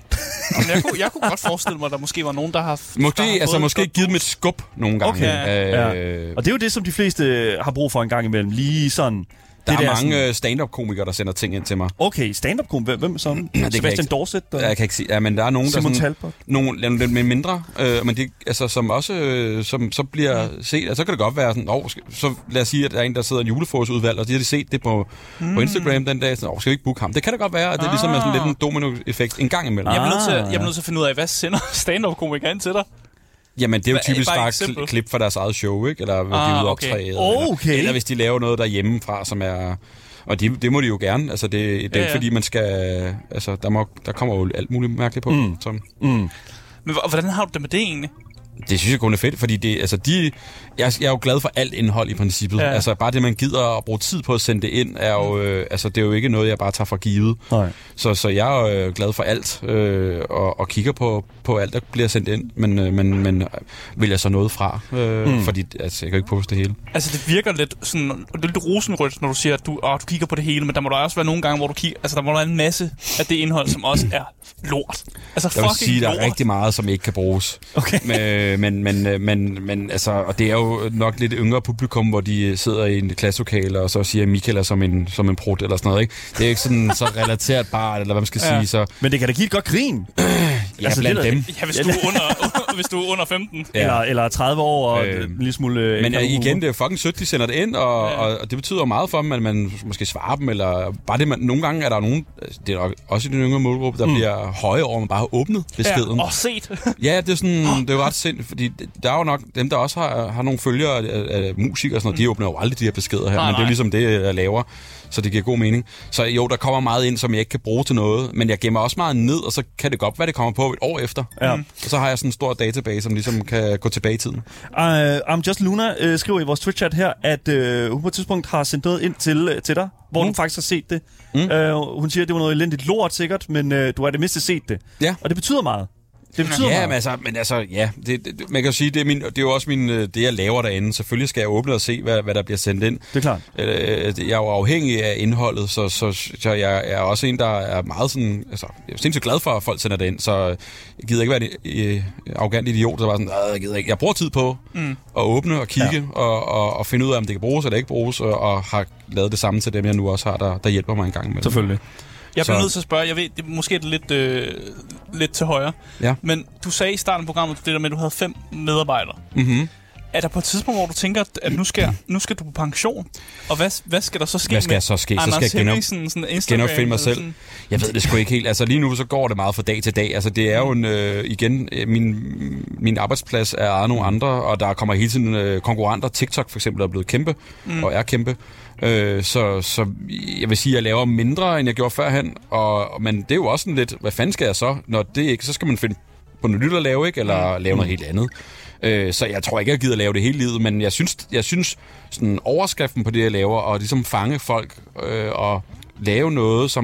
Men jeg, kunne, jeg kunne godt forestille mig, at der måske var nogen, der har... Måske, der har altså måske givet dem et skub nogle gange. Okay. Øh, ja. Og det er jo det, som de fleste har brug for en gang imellem. Lige sådan... Der det er der mange sådan... stand-up-komikere, der sender ting ind til mig. Okay, stand-up-komikere. Hvem så? Ja, Sebastian Dorset? Der... Ja, jeg kan ikke sige. Ja, men der er nogen, Simon der sådan... Nogle lidt med mindre, øh, men de, altså, som også øh, som, så bliver mm. set. Altså, så kan det godt være sådan, åh, så lad os sige, at der er en, der sidder i en julefrokostudvalg, og de har de set det på, mm. på Instagram den dag. Sådan, åh, skal vi ikke booke ham? Det kan da godt være, at det ah. ligesom er sådan lidt en domino-effekt en gang imellem. Ah. Jeg, er nødt til, jeg er nødt til at finde ud af, hvad sender stand-up-komikere ind til dig? Jamen, det er jo typisk bare, bare klip fra deres eget show, ikke? Eller hvor ah, de er ude okay. optræde. Okay. Eller, eller hvis de laver noget derhjemmefra, som er... Og det, det må de jo gerne. Altså, det, det er ja, ja. ikke fordi, man skal... Altså, der, må, der kommer jo alt muligt mærkeligt på. Mm. Som. Mm. Men hvordan har du det med det egentlig? Det synes jeg kun er fedt, fordi det, altså de, jeg, jeg er jo glad for alt indhold i princippet. Ja. Altså bare det, man gider at bruge tid på at sende det ind, er jo, øh, altså, det er jo ikke noget, jeg bare tager for givet. Nej. Så, så jeg er øh, glad for alt, øh, og, og kigger på, på alt, der bliver sendt ind, men, øh, men, men vælger så noget fra, øh, mm. fordi altså, jeg kan ikke poste det hele. Altså det virker lidt sådan lidt rosenrødt, når du siger, at du, åh, du kigger på det hele, men der må der også være nogle gange, hvor du kigger, altså der må der være en masse af det indhold, som også er lort. Altså jeg vil fucking sige, lort. Der er rigtig meget, som ikke kan bruges. Okay. Men, Men, men, men, men altså, og det er jo nok lidt yngre publikum, hvor de sidder i en klasselokale, og så siger Michael er som en, som en prut, eller sådan noget, ikke? Det er ikke sådan så relateret bare, eller hvad man skal ja. sige. Så. Men det kan da give et godt grin. Ja, altså, blandt dem. Ja, hvis du er under, hvis du er under femten. Ja. Eller, eller tredive år, og øh, en lille smule... Men øh, igen, det er fucking sødt, de sender det ind, og, ja. og, og det betyder meget for dem, at man måske svarer dem, eller bare det, man... Nogle gange er der nogen, det er også i den yngre målgruppe, der mm. bliver høje over, man bare har åbnet beskeden. Ja, og set. Ja, det er sådan, det er jo ret sindssygt, fordi der er jo nok dem, der også har, har nogle følgere af, af musikere og sådan noget, de åbner jo aldrig de her beskeder her, nej, men det er jo ligesom det, jeg laver, så det giver god mening. Så jo, der kommer meget ind, som jeg ikke kan bruge til noget, men jeg gemmer også meget ned, og så kan det godt være, det kommer på et år efter. Ja. Og så har jeg sådan en stor database, som ligesom kan gå tilbage i tiden. Uh, I'm Just Luna uh, skriver i vores Twitch-chat her, at uh, hun på et tidspunkt har sendt noget ind til, til dig, hvor mm. du faktisk har set det. Mm. Uh, hun siger, at det var noget elendigt lort sikkert, men uh, du har det mindste set det. Ja. Og det betyder meget. Det betyder ja, meget. Men altså, men altså, ja, det, det, man kan jo sige, det er, min, det er jo også min, det, jeg laver derinde. Selvfølgelig skal jeg åbne og se, hvad, hvad der bliver sendt ind. Det er klart. Jeg er jo afhængig af indholdet, så, så, så jeg er også en, der er meget sådan, altså, jeg er sindssygt glad for, at folk sender det ind, så jeg gider ikke være en arrogant idiot, der bare sådan, jeg gider ikke. Jeg bruger tid på mm. at åbne og kigge, ja. og, og, og finde ud af, om det kan bruges eller ikke bruges, og, og har lavet det samme til dem, jeg nu også har, der, der hjælper mig en gang med. Selvfølgelig. Jeg bliver nødt til at spørge, jeg ved, det, måske er det lidt, øh, lidt til højre, ja. Men du sagde i starten af programmet, det der med, at du havde fem medarbejdere. Mm-hmm. Er der på et tidspunkt, hvor du tænker, at nu skal, nu skal du på pension? Og hvad, hvad skal der så ske hvad skal med så ske? Anders så skal jeg genop, genopfinde mig selv? Sådan? Jeg ved det sgu ikke helt. Altså lige nu så går det meget fra dag til dag. Altså det er jo en, øh, igen, min, min arbejdsplads er ejet nogle andre, og der kommer hele tiden øh, konkurrenter. TikTok for eksempel er blevet kæmpe, mm. og er kæmpe. Øh, så, så jeg vil sige, at jeg laver mindre, end jeg gjorde førhen. Og, men det er jo også sådan lidt, hvad fanden skal jeg så? Når det ikke, så skal man finde på noget nyt at lave, ikke? Eller mm. lave noget helt andet. Øh, så jeg tror ikke, jeg gider lave det hele livet, men jeg synes, jeg synes sådan overskriften på det, jeg laver, og ligesom fange folk øh, og lave noget, som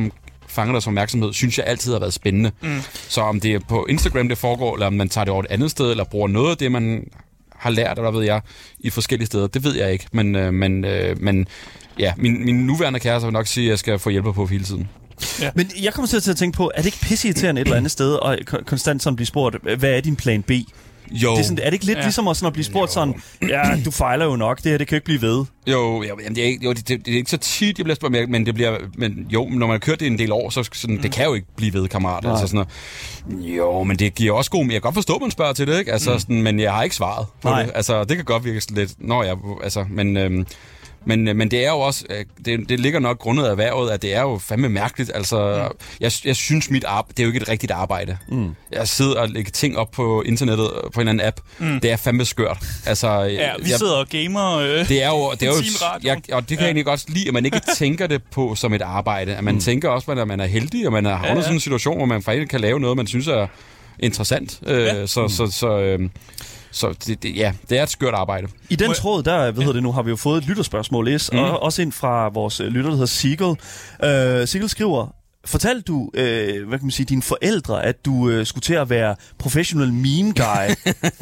fanger deres opmærksomhed, synes jeg altid har været spændende. Mm. Så om det er på Instagram, det foregår, eller om man tager det over et andet sted, eller bruger noget af det, man har lært, eller hvad ved jeg, i forskellige steder, det ved jeg ikke. Men, øh, men, øh, men ja, min, min nuværende kæreste vil nok sige, at jeg skal få hjælp på hele tiden. Ja. Men jeg kommer til at tænke på, er det ikke pisseirriterende et eller andet sted, og konstant sådan blive spurgt, hvad er din plan B? Jo. Det er, sådan, er det ikke lidt ja. ligesom også, at blive spurgt jo. sådan, ja, du fejler jo nok, det her, det kan jo ikke blive ved. Jo, jo, jamen, det, er ikke, jo det, det, det er ikke så tit, jeg bliver spurgt, men det bliver, men jo, når man har kørt det en del år, så sådan, mm. det kan jo ikke blive ved, kammerat. Altså sådan noget. Jo, men det giver også god, men jeg kan godt forstå, at man spørger til det, ikke? Altså, mm. sådan, men jeg har ikke svaret på Nej. det. Altså, det kan godt virke sådan lidt, nå ja, altså, men... Øhm, Men, men det er jo også, det, det ligger nok grundet af erhvervet, at det er jo fandme mærkeligt. Altså, mm. jeg, jeg synes, mit arbejde, det er jo ikke et rigtigt arbejde. Mm. Jeg sidder og lægger ting op på internettet på en eller anden app. Mm. Det er fandme skørt. Altså, ja, vi jeg, sidder og gamer øh, det er jo, det er jo, jeg, og det kan ja. jeg egentlig godt lide, at man ikke tænker det på som et arbejde. At man mm. tænker også, at man er heldig, og man har havnet ja, ja. sådan en situation, hvor man faktisk kan lave noget, man synes er interessant. Ja. Øh, så, mm. så, så, så øh, Så det, det, ja, det er et skørt arbejde. I den tråd, der hvad hedder det nu, har vi jo fået et lytterspørgsmål, læs, mm. og også ind fra vores lytter, der hedder Sigel. Uh, Sigel skriver, fortalte du, uh, hvad kan man sige, dine forældre, at du uh, skulle til at være professional meme guy?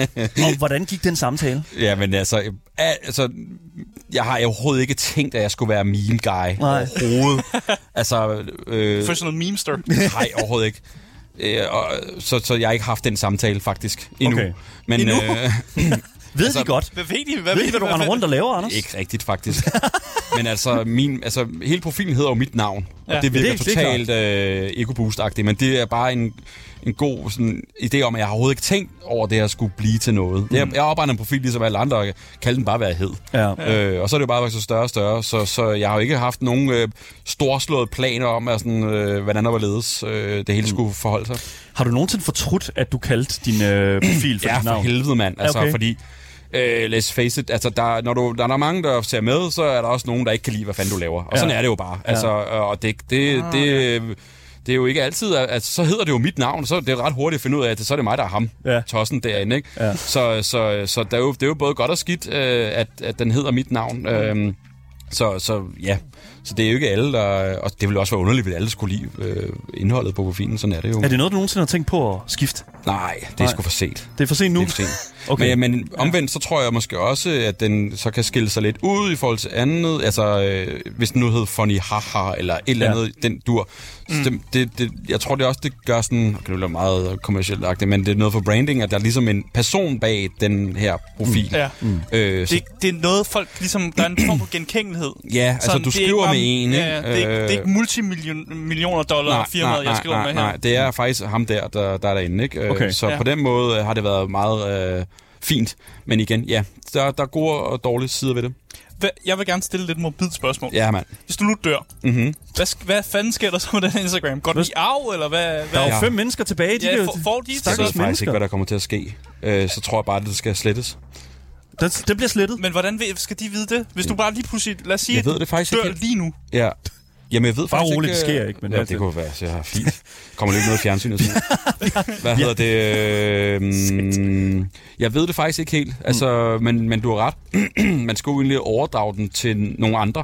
Og hvordan gik den samtale? Ja, men altså, altså, jeg har overhovedet ikke tænkt, at jeg skulle være meme guy. Nej. Overhovedet. altså, øh, professional memester? Nej, overhovedet ikke. Øh, og, så, så jeg har ikke haft den samtale, faktisk, endnu. Okay. Men, endnu? Øh, ved altså, de godt? Hvad ved de? Hvad ved de, hvad du render rundt og laver, Anders? Ikke rigtigt, faktisk. Men altså, min, altså, hele profilen hedder jo mit navn. Ja. Og det virker det, totalt øh, ego-boost-agtigt. Men det er bare en, en god sådan, idé om, at jeg har overhovedet ikke tænkt over, at det her skulle blive til noget. Mm. Jeg, jeg opregner en profil, ligesom alle andre, og kalder den bare være hed. Ja. Øh, og så er det jo bare været så større og større. Så, så jeg har jo ikke haft nogen øh, storslåede planer om, at sådan, øh, hvordan der var ledes, øh, det hele mm. skulle forholde sig. Har du nogensinde fortrudt, at du kaldte din øh, profil for ja, dit navn? Ja, for helvede, mand. Altså, okay. fordi... Uh, let's face it, altså der, når, du, der er mange, der ser med, så er der også nogen, der ikke kan lide, hvad fanden du laver. Og ja. sådan er det jo bare. Ja. Altså, og det, det, ah, det, okay. det er jo ikke altid, at, at så hedder det jo mit navn, så er det ret hurtigt at finde ud af, at så er det mig, der er ham, ja. tossen derinde. Ikke? Ja. Så, så, så det, er jo, det er jo både godt og skidt, at, at den hedder mit navn. Mm. Um, så, så ja, så det er jo ikke alle, der... Og det ville også være underligt, hvis alle skulle lide øh, indholdet på profilen. Sådan er det jo. Er det noget, du nogensinde har tænkt på at skifte? Nej, det er Nej. sgu for sent. Det er for sent nu? Det er for sent. Okay. Men, men omvendt, så tror jeg måske også, at den så kan skille sig lidt ud i forhold til andet. Altså, øh, hvis den nu hed Funny Haha, eller et eller andet, ja. den dur. Mm. Det, det, det, jeg tror det også, det gør sådan... Okay, det er meget kommercielt-agtigt, men det er noget for branding, at der er ligesom en person bag den her profil. Mm. Ja. Mm. Øh, det, det er noget, folk ligesom... Der er en form for genkendelighed. Ja, altså sådan, du skriver bare, med en, ikke? Ja, ja, det, er ikke, det er ikke multimillioner dollar firmaet, jeg skriver nej, med her. Nej, det er faktisk ham der, der, der er derinde, ikke? Okay. Så ja. på den måde har det været meget... Øh, fint, men igen, ja, der, der er gode og dårlige sider ved det. Jeg vil gerne stille lidt morbidt spørgsmål. Ja, mand. Hvis du nu dør, mm-hmm. hvad, hvad fanden sker der så med den Instagram? Går den i arv, eller hvad? hvad? Der er jo ja. fem mennesker tilbage. De ja, for, får de så? Jeg ved faktisk ikke, hvad der kommer til at ske. Øh, så tror jeg bare, at det skal slettes. Det, det bliver slettet? Men hvordan skal de vide det? Hvis du bare lige pludselig, lad os sige, jeg ved det faktisk dør ikke. lige nu. Ja. Jamen, jeg ved bare faktisk roligt, ikke... det sker ikke. Men ja, det, det kunne være, så jeg har fint. Kommer lidt noget fjernsyn og sådan. Hvad hedder det? Øh, jeg ved det faktisk ikke helt. Altså, men, men du har ret. Man skal jo egentlig overdrage den til nogle andre.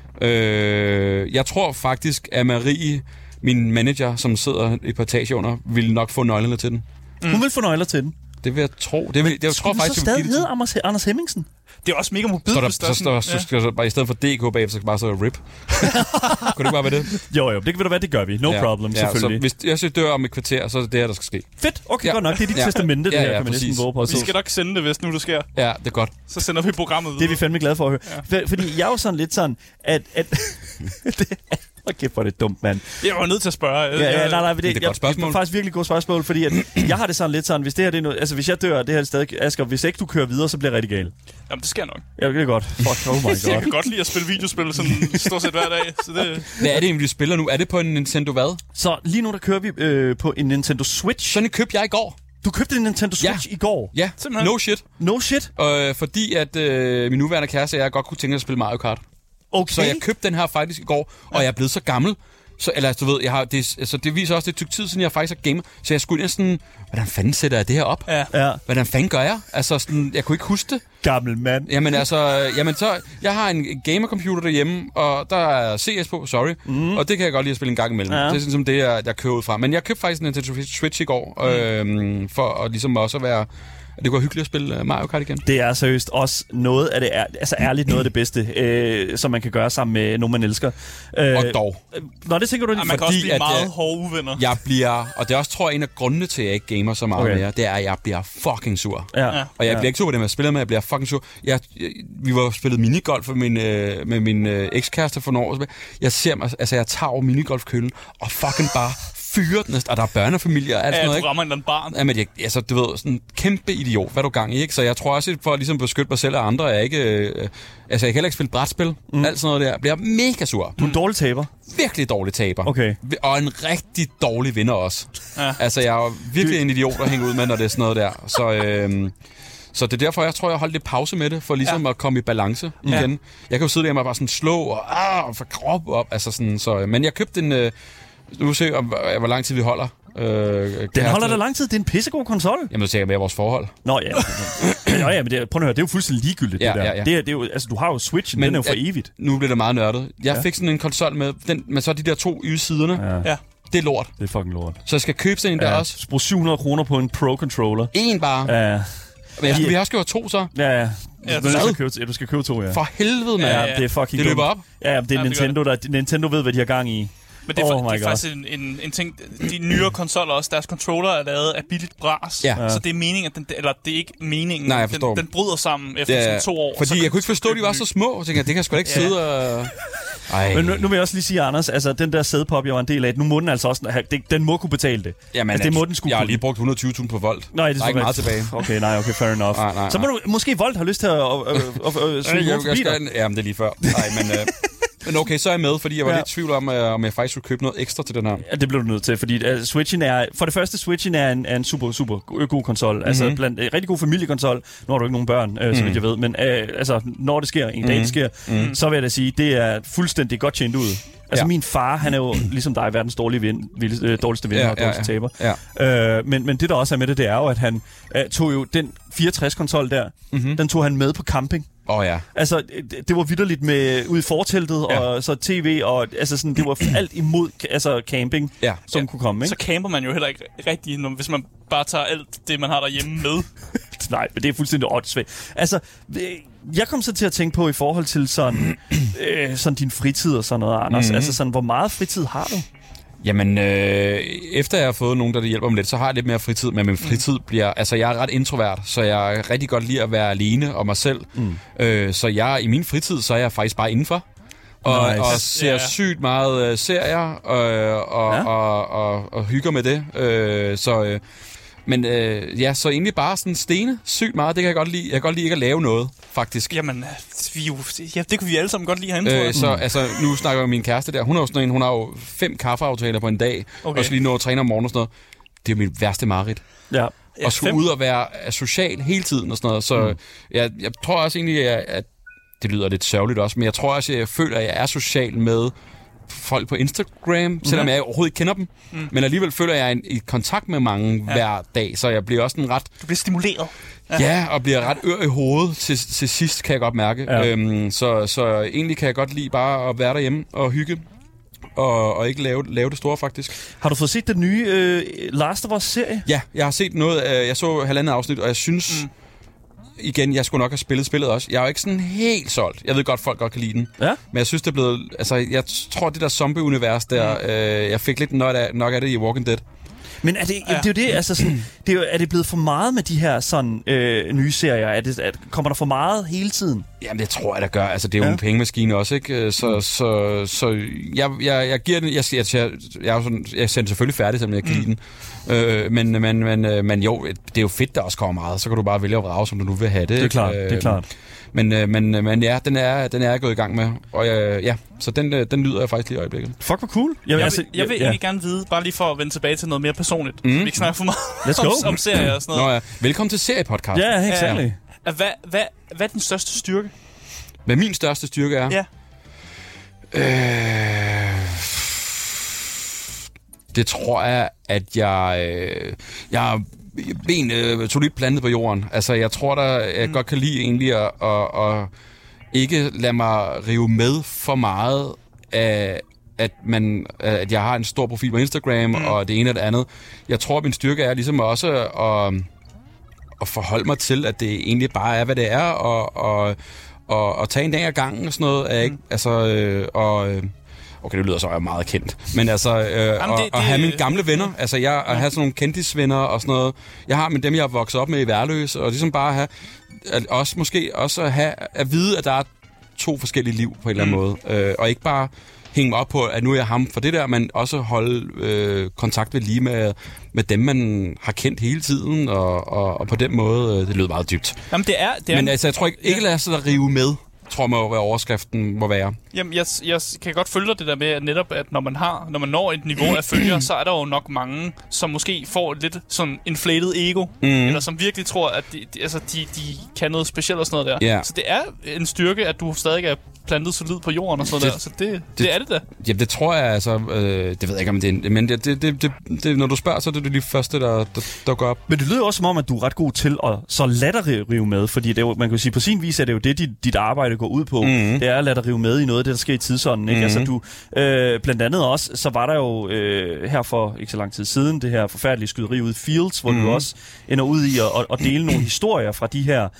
Øh, jeg tror faktisk, at Marie, min manager, som sidder i partage under, vil nok få nøglerne til den. Mm. Hun vil få nøgler til den? Det vil jeg tro. Det vil, det, jeg tror faktisk, så stadig hedder Anders, Anders Hemmingsen? Det er også mega mobilt. Så, der, så, så, så, så, så bare i stedet for D K bagefter, så bare så rip. Kunne det bare være det? Jo, jo, det kan være, det gør vi. No ja, problem, ja, selvfølgelig. Så hvis jeg så dør om et kvarter, så er det det her, der skal ske. Fedt, okay, ja. Godt nok. Det er dit ja. testamente, det ja, ja, her, kan man næsten våge på. Vi skal nok sende det, hvis nu det sker. Ja, det er godt. Så sender vi programmet videre. Det er vi fandme glade for at høre. Ja. Fordi jeg er jo sådan lidt sådan, at... at det, okay, hvor er det dumt, mand. Jeg var nødt til at spørge. Ja, ja, nej, nej, det, det er et godt spørgsmål. Det er faktisk virkelig godt spørgsmål, fordi at jeg har det sådan lidt sådan, hvis det her det er noget, altså hvis jeg dør, det her er stadig Asger, hvis ikke du kører videre, så bliver jeg rigtig gal. Jamen, det sker nok. Ja, det er godt. Fuck, oh my god. Jeg kan godt lide at spille videospil sådan stort set hver dag, så det... Hvad er det egentlig, vi spiller nu? Er det på en Nintendo hvad? Så lige nu, der kører vi øh, på en Nintendo Switch. Sådan en købte jeg i går. Du købte en Nintendo Switch ja. i går? Ja, simpelthen. No shit. No shit? Øh, fordi at øh, min nuværende kæreste og jeg godt kunne tænke at spille Mario Kart. Okay. Så jeg købte den her faktisk i går, og jeg er blevet så gammel. Så, eller du ved, jeg har, det, altså, det viser også, det er et stykke tid siden, jeg faktisk er gamer. Så jeg skulle næsten, hvordan fanden sætter jeg det her op? Ja. Ja. Hvordan fanden gør jeg? Altså, sådan, jeg kunne ikke huske det. Gammel mand. Jamen altså, jamen så, jeg har en gamercomputer derhjemme, og der er C S på, sorry. Mm. Og det kan jeg godt lide at spille en gang imellem. Ja. Det er sådan som det, jeg, jeg køber ud fra. Men jeg købte faktisk en Nintendo Switch i går, mm. øhm, for at ligesom også være... Det kunne være hyggeligt at spille Mario Kart igen. Det er seriøst også noget af det, er, altså ærligt noget af det bedste, øh, som man kan gøre sammen med nogen, man elsker. Øh, og dog. Nå, det tænker du ikke? Ja, man kan fordi, også blive meget jeg, hårde uvenner. Jeg bliver, og det er også, tror jeg, en af grundene til, at jeg ikke gamer så meget okay. mere, det er, at jeg bliver fucking sur. Ja. Og jeg ja. bliver ikke sur på det, jeg spiller med, jeg bliver fucking sur. Jeg, jeg, vi var spillet minigolf med min, øh, med min øh, ekskæreste for nogle år. Jeg ser mig, altså jeg tager over minigolfkøllen og fucking bare fyrer den, og der er børnefamilier og alt ja, sådan noget, du rammer en eller anden barn. Jamen, jeg, altså, du ved, sådan en kæmpe idiot, hvad er du gang i, ikke? Så jeg tror også, for at ligesom beskytte mig selv og andre, jeg ikke, øh, altså jeg kan heller ikke spille brætspil, mm. alt sådan noget der, jeg bliver mega sur. Du er en dårlig taber? Virkelig dårlig taber. Okay. Og en rigtig dårlig vinder også. Ja. Altså, jeg er virkelig en idiot at hænge ud med, når det er sådan noget der. Så, øh, så det er derfor, jeg tror, jeg holdt lidt pause med det, for ligesom ja. at komme i balance ja. igen. Jeg kan jo sidde der og bare sådan slå og, ah, og få krop op, altså sådan, så, men jeg købte en... Øh, Nu vil se, hvor lang tid vi holder. Øh, den holder da lang tid. Det er en pissegod konsol. Jamen, det er med vores forhold. Nå ja. Nå ja, men det, prøv at høre, det er jo fuldstændig ligegyldigt, ja, det der. Ja, ja. Det er, det er jo, altså, du har jo Switchen, men den er jo for at, evigt. Nu bliver det meget nørdet. Jeg ja. fik sådan en konsol med, den, med så de der to ydersiderne. Ja. ja. Det er lort. Det er fucking lort. Så jeg skal købe sådan en ja. der også. Brug syv hundrede kroner på en Pro-controller. En bare. Ja. Men jeg skal, vi har også købt to så. Ja, ja. Ja, du, skal købe, ja, du skal købe to, ja. For helvede, mand. Ja, ja. Det er fucking Det løber op. Ja, ja, det er ja, Nintendo, der, Nintendo ved, hvad de har gang i. Men det er, oh for, det er faktisk en, en, en ting, de nyere konsoller også, deres controller er lavet af billigt bras. Ja. Så det er meningen, at den, eller det er ikke meningen, Nej, den, den bryder sammen efter ja, sådan to år. Fordi så jeg kunne ikke forstå, at de var så små. Jeg tænkte, det kan jeg sgu da ikke ja. sidde og... Ej. Men nu, nu vil jeg også lige sige, Anders, altså den der sædepop, jeg var en del af, nu må den altså også, den, den må kunne betale det. Jamen, altså, det må den skulle jeg har kunne. lige brugt et hundrede og tyve tusind på Volt. Nej, det er, der er ikke meget tilbage. Okay, nej, okay, fair enough. Nej, nej, så må du, måske Volt har lyst til at, at, at, at suge jeg, forbi dig. Jamen, det er lige før. Nej, men... Øh, Men okay, så er jeg med, fordi jeg var ja. lidt i tvivl om, om jeg faktisk skulle købe noget ekstra til den her. Ja, det blev du nødt til, fordi uh, Switchen er... For det første, Switchen er en, er en super, super god konsol. Mm-hmm. Altså, blandt, uh, rigtig god familiekonsol. Nu har du ikke nogen børn, uh, mm. så vidt jeg ved. Men uh, altså, når det sker, en dag det sker, mm. så vil jeg da sige, det er fuldstændig godt tjent ud. Altså, ja. min far, han er jo ligesom dig, verdens dårlige vin, vild, øh, dårligste vinder ja, og dårligste ja, ja. taber. Ja. Øh, men, men det, der også er med det, det er jo, at han øh, tog jo den fireogtres-konsol der, mm-hmm. den tog han med på camping. Åh oh, ja. Altså, det var vitterligt med ud i forteltet, ja. og så tv, og altså sådan, det var alt imod altså camping, ja. som ja. kunne komme, ikke? Så camper man jo heller ikke rigtigt, når, hvis man bare tager alt det, man har derhjemme med. Nej, men det er fuldstændig åndssvagt. Altså, jeg kom så til at tænke på i forhold til sådan, øh, sådan din fritid og sådan noget, Anders. Mm-hmm. Altså sådan, hvor meget fritid har du? Jamen, øh, efter jeg har fået nogen, der hjælper mig lidt, så har jeg lidt mere fritid, men min fritid bliver... Altså, jeg er ret introvert, så jeg er rigtig godt lide at være alene og mig selv. Mm. Øh, så jeg, i min fritid, så er jeg faktisk bare indenfor. Og, nice. og ser yeah. sygt meget uh, serier, og, og, ja. og, og, og, og hygger med det. Øh, så... Øh, Men øh, ja, så egentlig bare sådan stene sygt meget. Det kan jeg godt lide. Jeg kan godt lide ikke at lave noget, faktisk. Jamen, vi jo, ja, det kunne vi alle sammen godt lide herinde, øh, tror jeg. Så altså, nu snakker jeg med min kæreste der. Hun har jo sådan en, hun har jo fem kaffeaftaler på en dag. Okay. Og så lige nå at træne om morgenen og sådan noget. Det er jo mit værste mareridt. Ja. Og skulle ud og være social hele tiden og sådan noget. Så mm. jeg, jeg tror også egentlig, at, at det lyder lidt sørgeligt også, men jeg tror også, at jeg føler, at jeg er social med folk på Instagram, selvom mm. jeg overhovedet ikke kender dem. Mm. Men alligevel føler jeg en, i kontakt med mange ja. hver dag, så jeg bliver også en ret... Du bliver stimuleret. Ja, ja og bliver ret ør i hovedet til, til sidst, kan jeg godt mærke. Ja. Øhm, så, så egentlig kan jeg godt lide bare at være derhjemme og hygge, og, og ikke lave, lave det store, faktisk. Har du fået set den nye øh, Last of Us-serie? Ja, jeg har set noget. Øh, jeg så halvandet afsnit, og jeg synes... Mm. Igen, jeg skulle nok have spillet spillet også. Jeg er jo ikke sådan helt solgt. Jeg ved godt, folk godt kan lide den. Ja? Men jeg synes, det er blevet... Altså, jeg tror, det der zombie-univers der... Mm. Øh, jeg fik lidt nok af, nok af det i Walking Dead. Men er det, ja. det er jo det, altså sådan... Det er, jo, er det blevet for meget med de her sådan øh, nye serier? Er det, er, kommer der for meget hele tiden? Jamen, det tror jeg, der gør. Altså, det er jo ja. en pengemaskine også, ikke? Så, mm. så, så jeg, jeg, jeg giver den... Jeg, jeg, jeg, jeg, er sådan, jeg sender selvfølgelig færdig, selvom jeg kan lide den. Øh, men, men, men, men jo, det er jo fedt, der også kommer meget. Så kan du bare vælge at vrage, som du nu vil have det. Det er klart, øh, det er klart. Men, men, men ja, den er, den er jeg gået i gang med. Og jeg, ja, så den, den lyder jeg faktisk lige i øjeblikket. Fuck, hvor cool. Jeg, jeg, altså, vil, jeg vil ja. egentlig gerne vide, bare lige for at vende tilbage til noget mere personligt. Mm. Vi kan snakke for meget om, om serier og sådan noget. Nå ja, velkommen til seriepodcast. Ja, helt særligt. Ja. Hvad, hvad, hvad er din største styrke? Hvad min største styrke er? Ja. Øh... det tror jeg, at jeg... Øh, jeg er ben øh, solidt plantet på jorden. Altså, jeg tror, der jeg mm. godt kan lide egentlig at, at, at ikke lade mig rive med for meget af... at man at jeg har en stor profil på Instagram, mm. og det ene og det andet. Jeg tror, at min styrke er ligesom også at, at forholde mig til, at det egentlig bare er, hvad det er, og, og, og, og tage en dag ad gangen og sådan noget. Er ikke, mm. altså, øh, og, okay, det lyder så meget kendt, men altså, øh, Jamen, og, det, og have mine gamle venner, altså jeg at have sådan nogle kendisvenner og sådan noget. Jeg har med dem, jeg har vokset op med i Værløs, og ligesom bare have, at også måske også at have, at vide, at der er to forskellige liv på en eller anden mm. måde, øh, og ikke bare hænge mig op på, at nu er jeg ham for det der, men også holde øh, kontakt ved lige med, med dem, man har kendt hele tiden, og, og, og på den måde, øh, det lyder meget dybt. Jamen, det er... Det er men altså, jeg tror ikke, ikke lade sig at rive med, tror jeg, hvad overskriften må være. Jamen, jeg, jeg kan godt følge det der med, at netop, at når man har, når man når et niveau af følgere, så er der jo nok mange, som måske får lidt sådan inflated ego, mm. eller som virkelig tror, at de, de, altså, de, de kan noget specielt og sådan noget der. Yeah. Så det er en styrke, at du stadig er plantet solid på jorden og sådan det, der. Så det, det, det er det da. Jamen, det tror jeg altså... Øh, det ved jeg ikke, om det er... Men det, det, det, det, det, når du spørger, så er det det lige første, der, der, der går op. Men det lyder også som om, at du er ret god til at så lade dig rive med. Fordi det er jo, man kan sige, på sin vis er det jo det, dit, dit arbejde går ud på. Mm-hmm. Det er at lade dig rive med i noget af det, der sker i tidsånden. Ikke? Mm-hmm. Altså, du, øh, blandt andet også, så var der jo øh, her for ikke så lang tid siden, det her forfærdelige skyderi ude i Fields, hvor mm-hmm. du også ender ud i at, at dele nogle historier fra de her,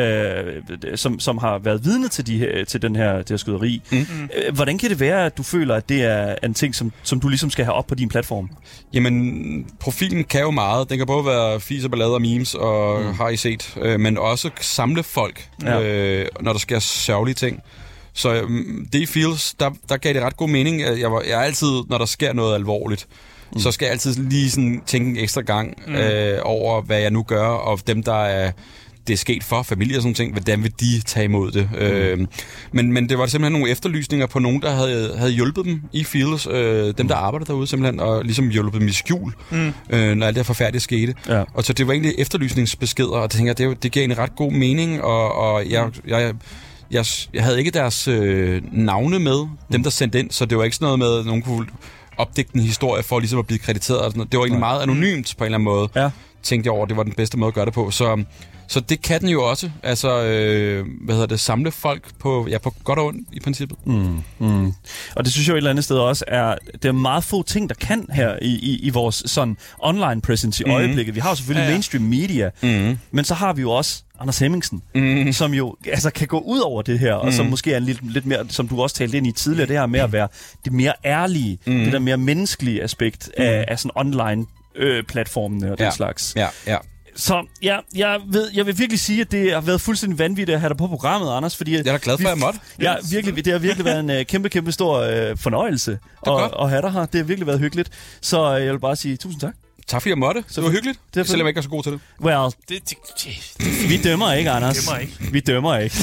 øh, som, som har været vidne til, de her, til den her, det her skyderi. Mm. Hvordan kan det være, at du føler, at det er en ting, som, som du ligesom skal have op på din platform? Jamen, profilen kan jo meget. Den kan både være fis og ballade og memes, og mm. har I set, øh, men også samle folk, ja. øh, når der sker sørgelige ting. Så øh, det i Feels, der, der gav det ret god mening. Jeg, var, jeg er altid, når der sker noget alvorligt, mm. så skal jeg altid lige sådan tænke en ekstra gang mm. øh, over, hvad jeg nu gør, og dem, der er... det er sket for familier og sådan ting, hvordan vil de tage imod det? Mm. Øh, men, men det var simpelthen nogle efterlysninger på nogen, der havde, havde hjulpet dem i Fields, øh, dem der arbejdede derude simpelthen, og ligesom hjulpet dem i skjul, mm. øh, når alt det her forfærdeligt skete. Ja. Og så det var egentlig efterlysningsbeskeder, og det tænker jeg, det, det giver en ret god mening, og, og jeg, jeg, jeg, jeg havde ikke deres øh, navne med, dem der sendte ind, så det var ikke sådan noget med, at nogen kunne opdække en historie for ligesom at blive krediteret. Og sådan noget. Det var egentlig meget anonymt på en eller anden måde, ja. Tænkte jeg over, det var den bedste måde at gøre det på. Så Så det kan den jo også, altså, øh, hvad hedder det, samle folk på, ja, på godt og ondt i princippet. Mm, mm. Og det synes jeg jo et eller andet sted også er, det er meget få ting, der kan her i, i, i vores sådan online presence i mm. øjeblikket. Vi har jo selvfølgelig ja, ja. mainstream media, mm. men så har vi jo også Anders Hemmingsen, mm. som jo altså, kan gå ud over det her, og mm. som måske er lidt, lidt mere, som du også talte ind i tidligere, det her med at være det mere ærlige, mm. det der mere menneskelige aspekt mm. af, af sådan online øh, platformene og ja. Den slags. Ja, ja. Så ja, jeg, ved, jeg vil virkelig sige, at det har været fuldstændig vanvittigt at have dig på programmet, Anders. Fordi jeg er da glad for, at jeg måtte. Ja, virkelig, det har virkelig været en uh, kæmpe, kæmpe stor uh, fornøjelse at, at have dig her. Det har virkelig været hyggeligt. Så uh, jeg vil bare sige tusind tak. Tak fordi jeg måtte. Så det var hyggeligt, det er selvom jeg ikke er så god til det. Well, det, det, det. vi dømmer ikke, Anders. Vi dømmer ikke. Vi dømmer ikke.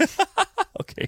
Okay.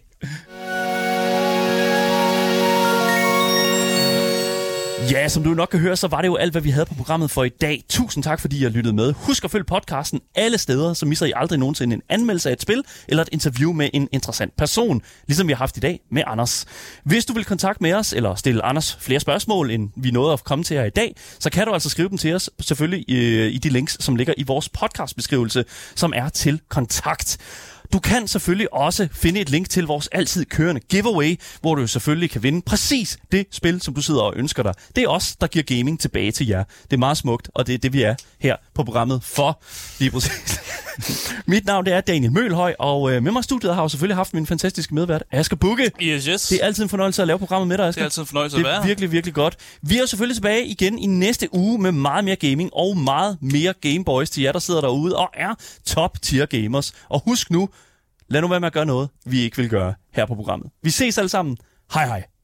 Ja, som du nok kan høre, så var det jo alt, hvad vi havde på programmet for i dag. Tusind tak, fordi I har lyttet med. Husk at følge podcasten alle steder, så misser I aldrig nogensinde en anmeldelse af et spil eller et interview med en interessant person, ligesom vi har haft i dag med Anders. Hvis du vil kontakte med os, eller stille Anders flere spørgsmål, end vi nåede at komme til her i dag, så kan du altså skrive dem til os, selvfølgelig i, i de links, som ligger i vores podcastbeskrivelse, som er til kontakt. Du kan selvfølgelig også finde et link til vores altid kørende giveaway, hvor du selvfølgelig kan vinde præcis det spil, som du sidder og ønsker dig. Det er os, der giver gaming tilbage til jer. Det er meget smukt, og det er det, vi er her på programmet for. Lige præcis. Mit navn det er Daniel Mølhøj, og med mig i studiet har jeg selvfølgelig haft min fantastiske medvært, Asger Bugge. Yes, yes. Det er altid en fornøjelse at lave programmet med dig, Asger. Det er altid en fornøjelse at være. Det er virkelig, virkelig godt. Vi er jo selvfølgelig tilbage igen i næste uge med meget mere gaming og meget mere Gameboys til jer, der sidder derude og er top-tier gamers. Og husk nu, lad nu være med at gøre noget, vi ikke vil gøre her på programmet. Vi ses alle sammen. Hej hej.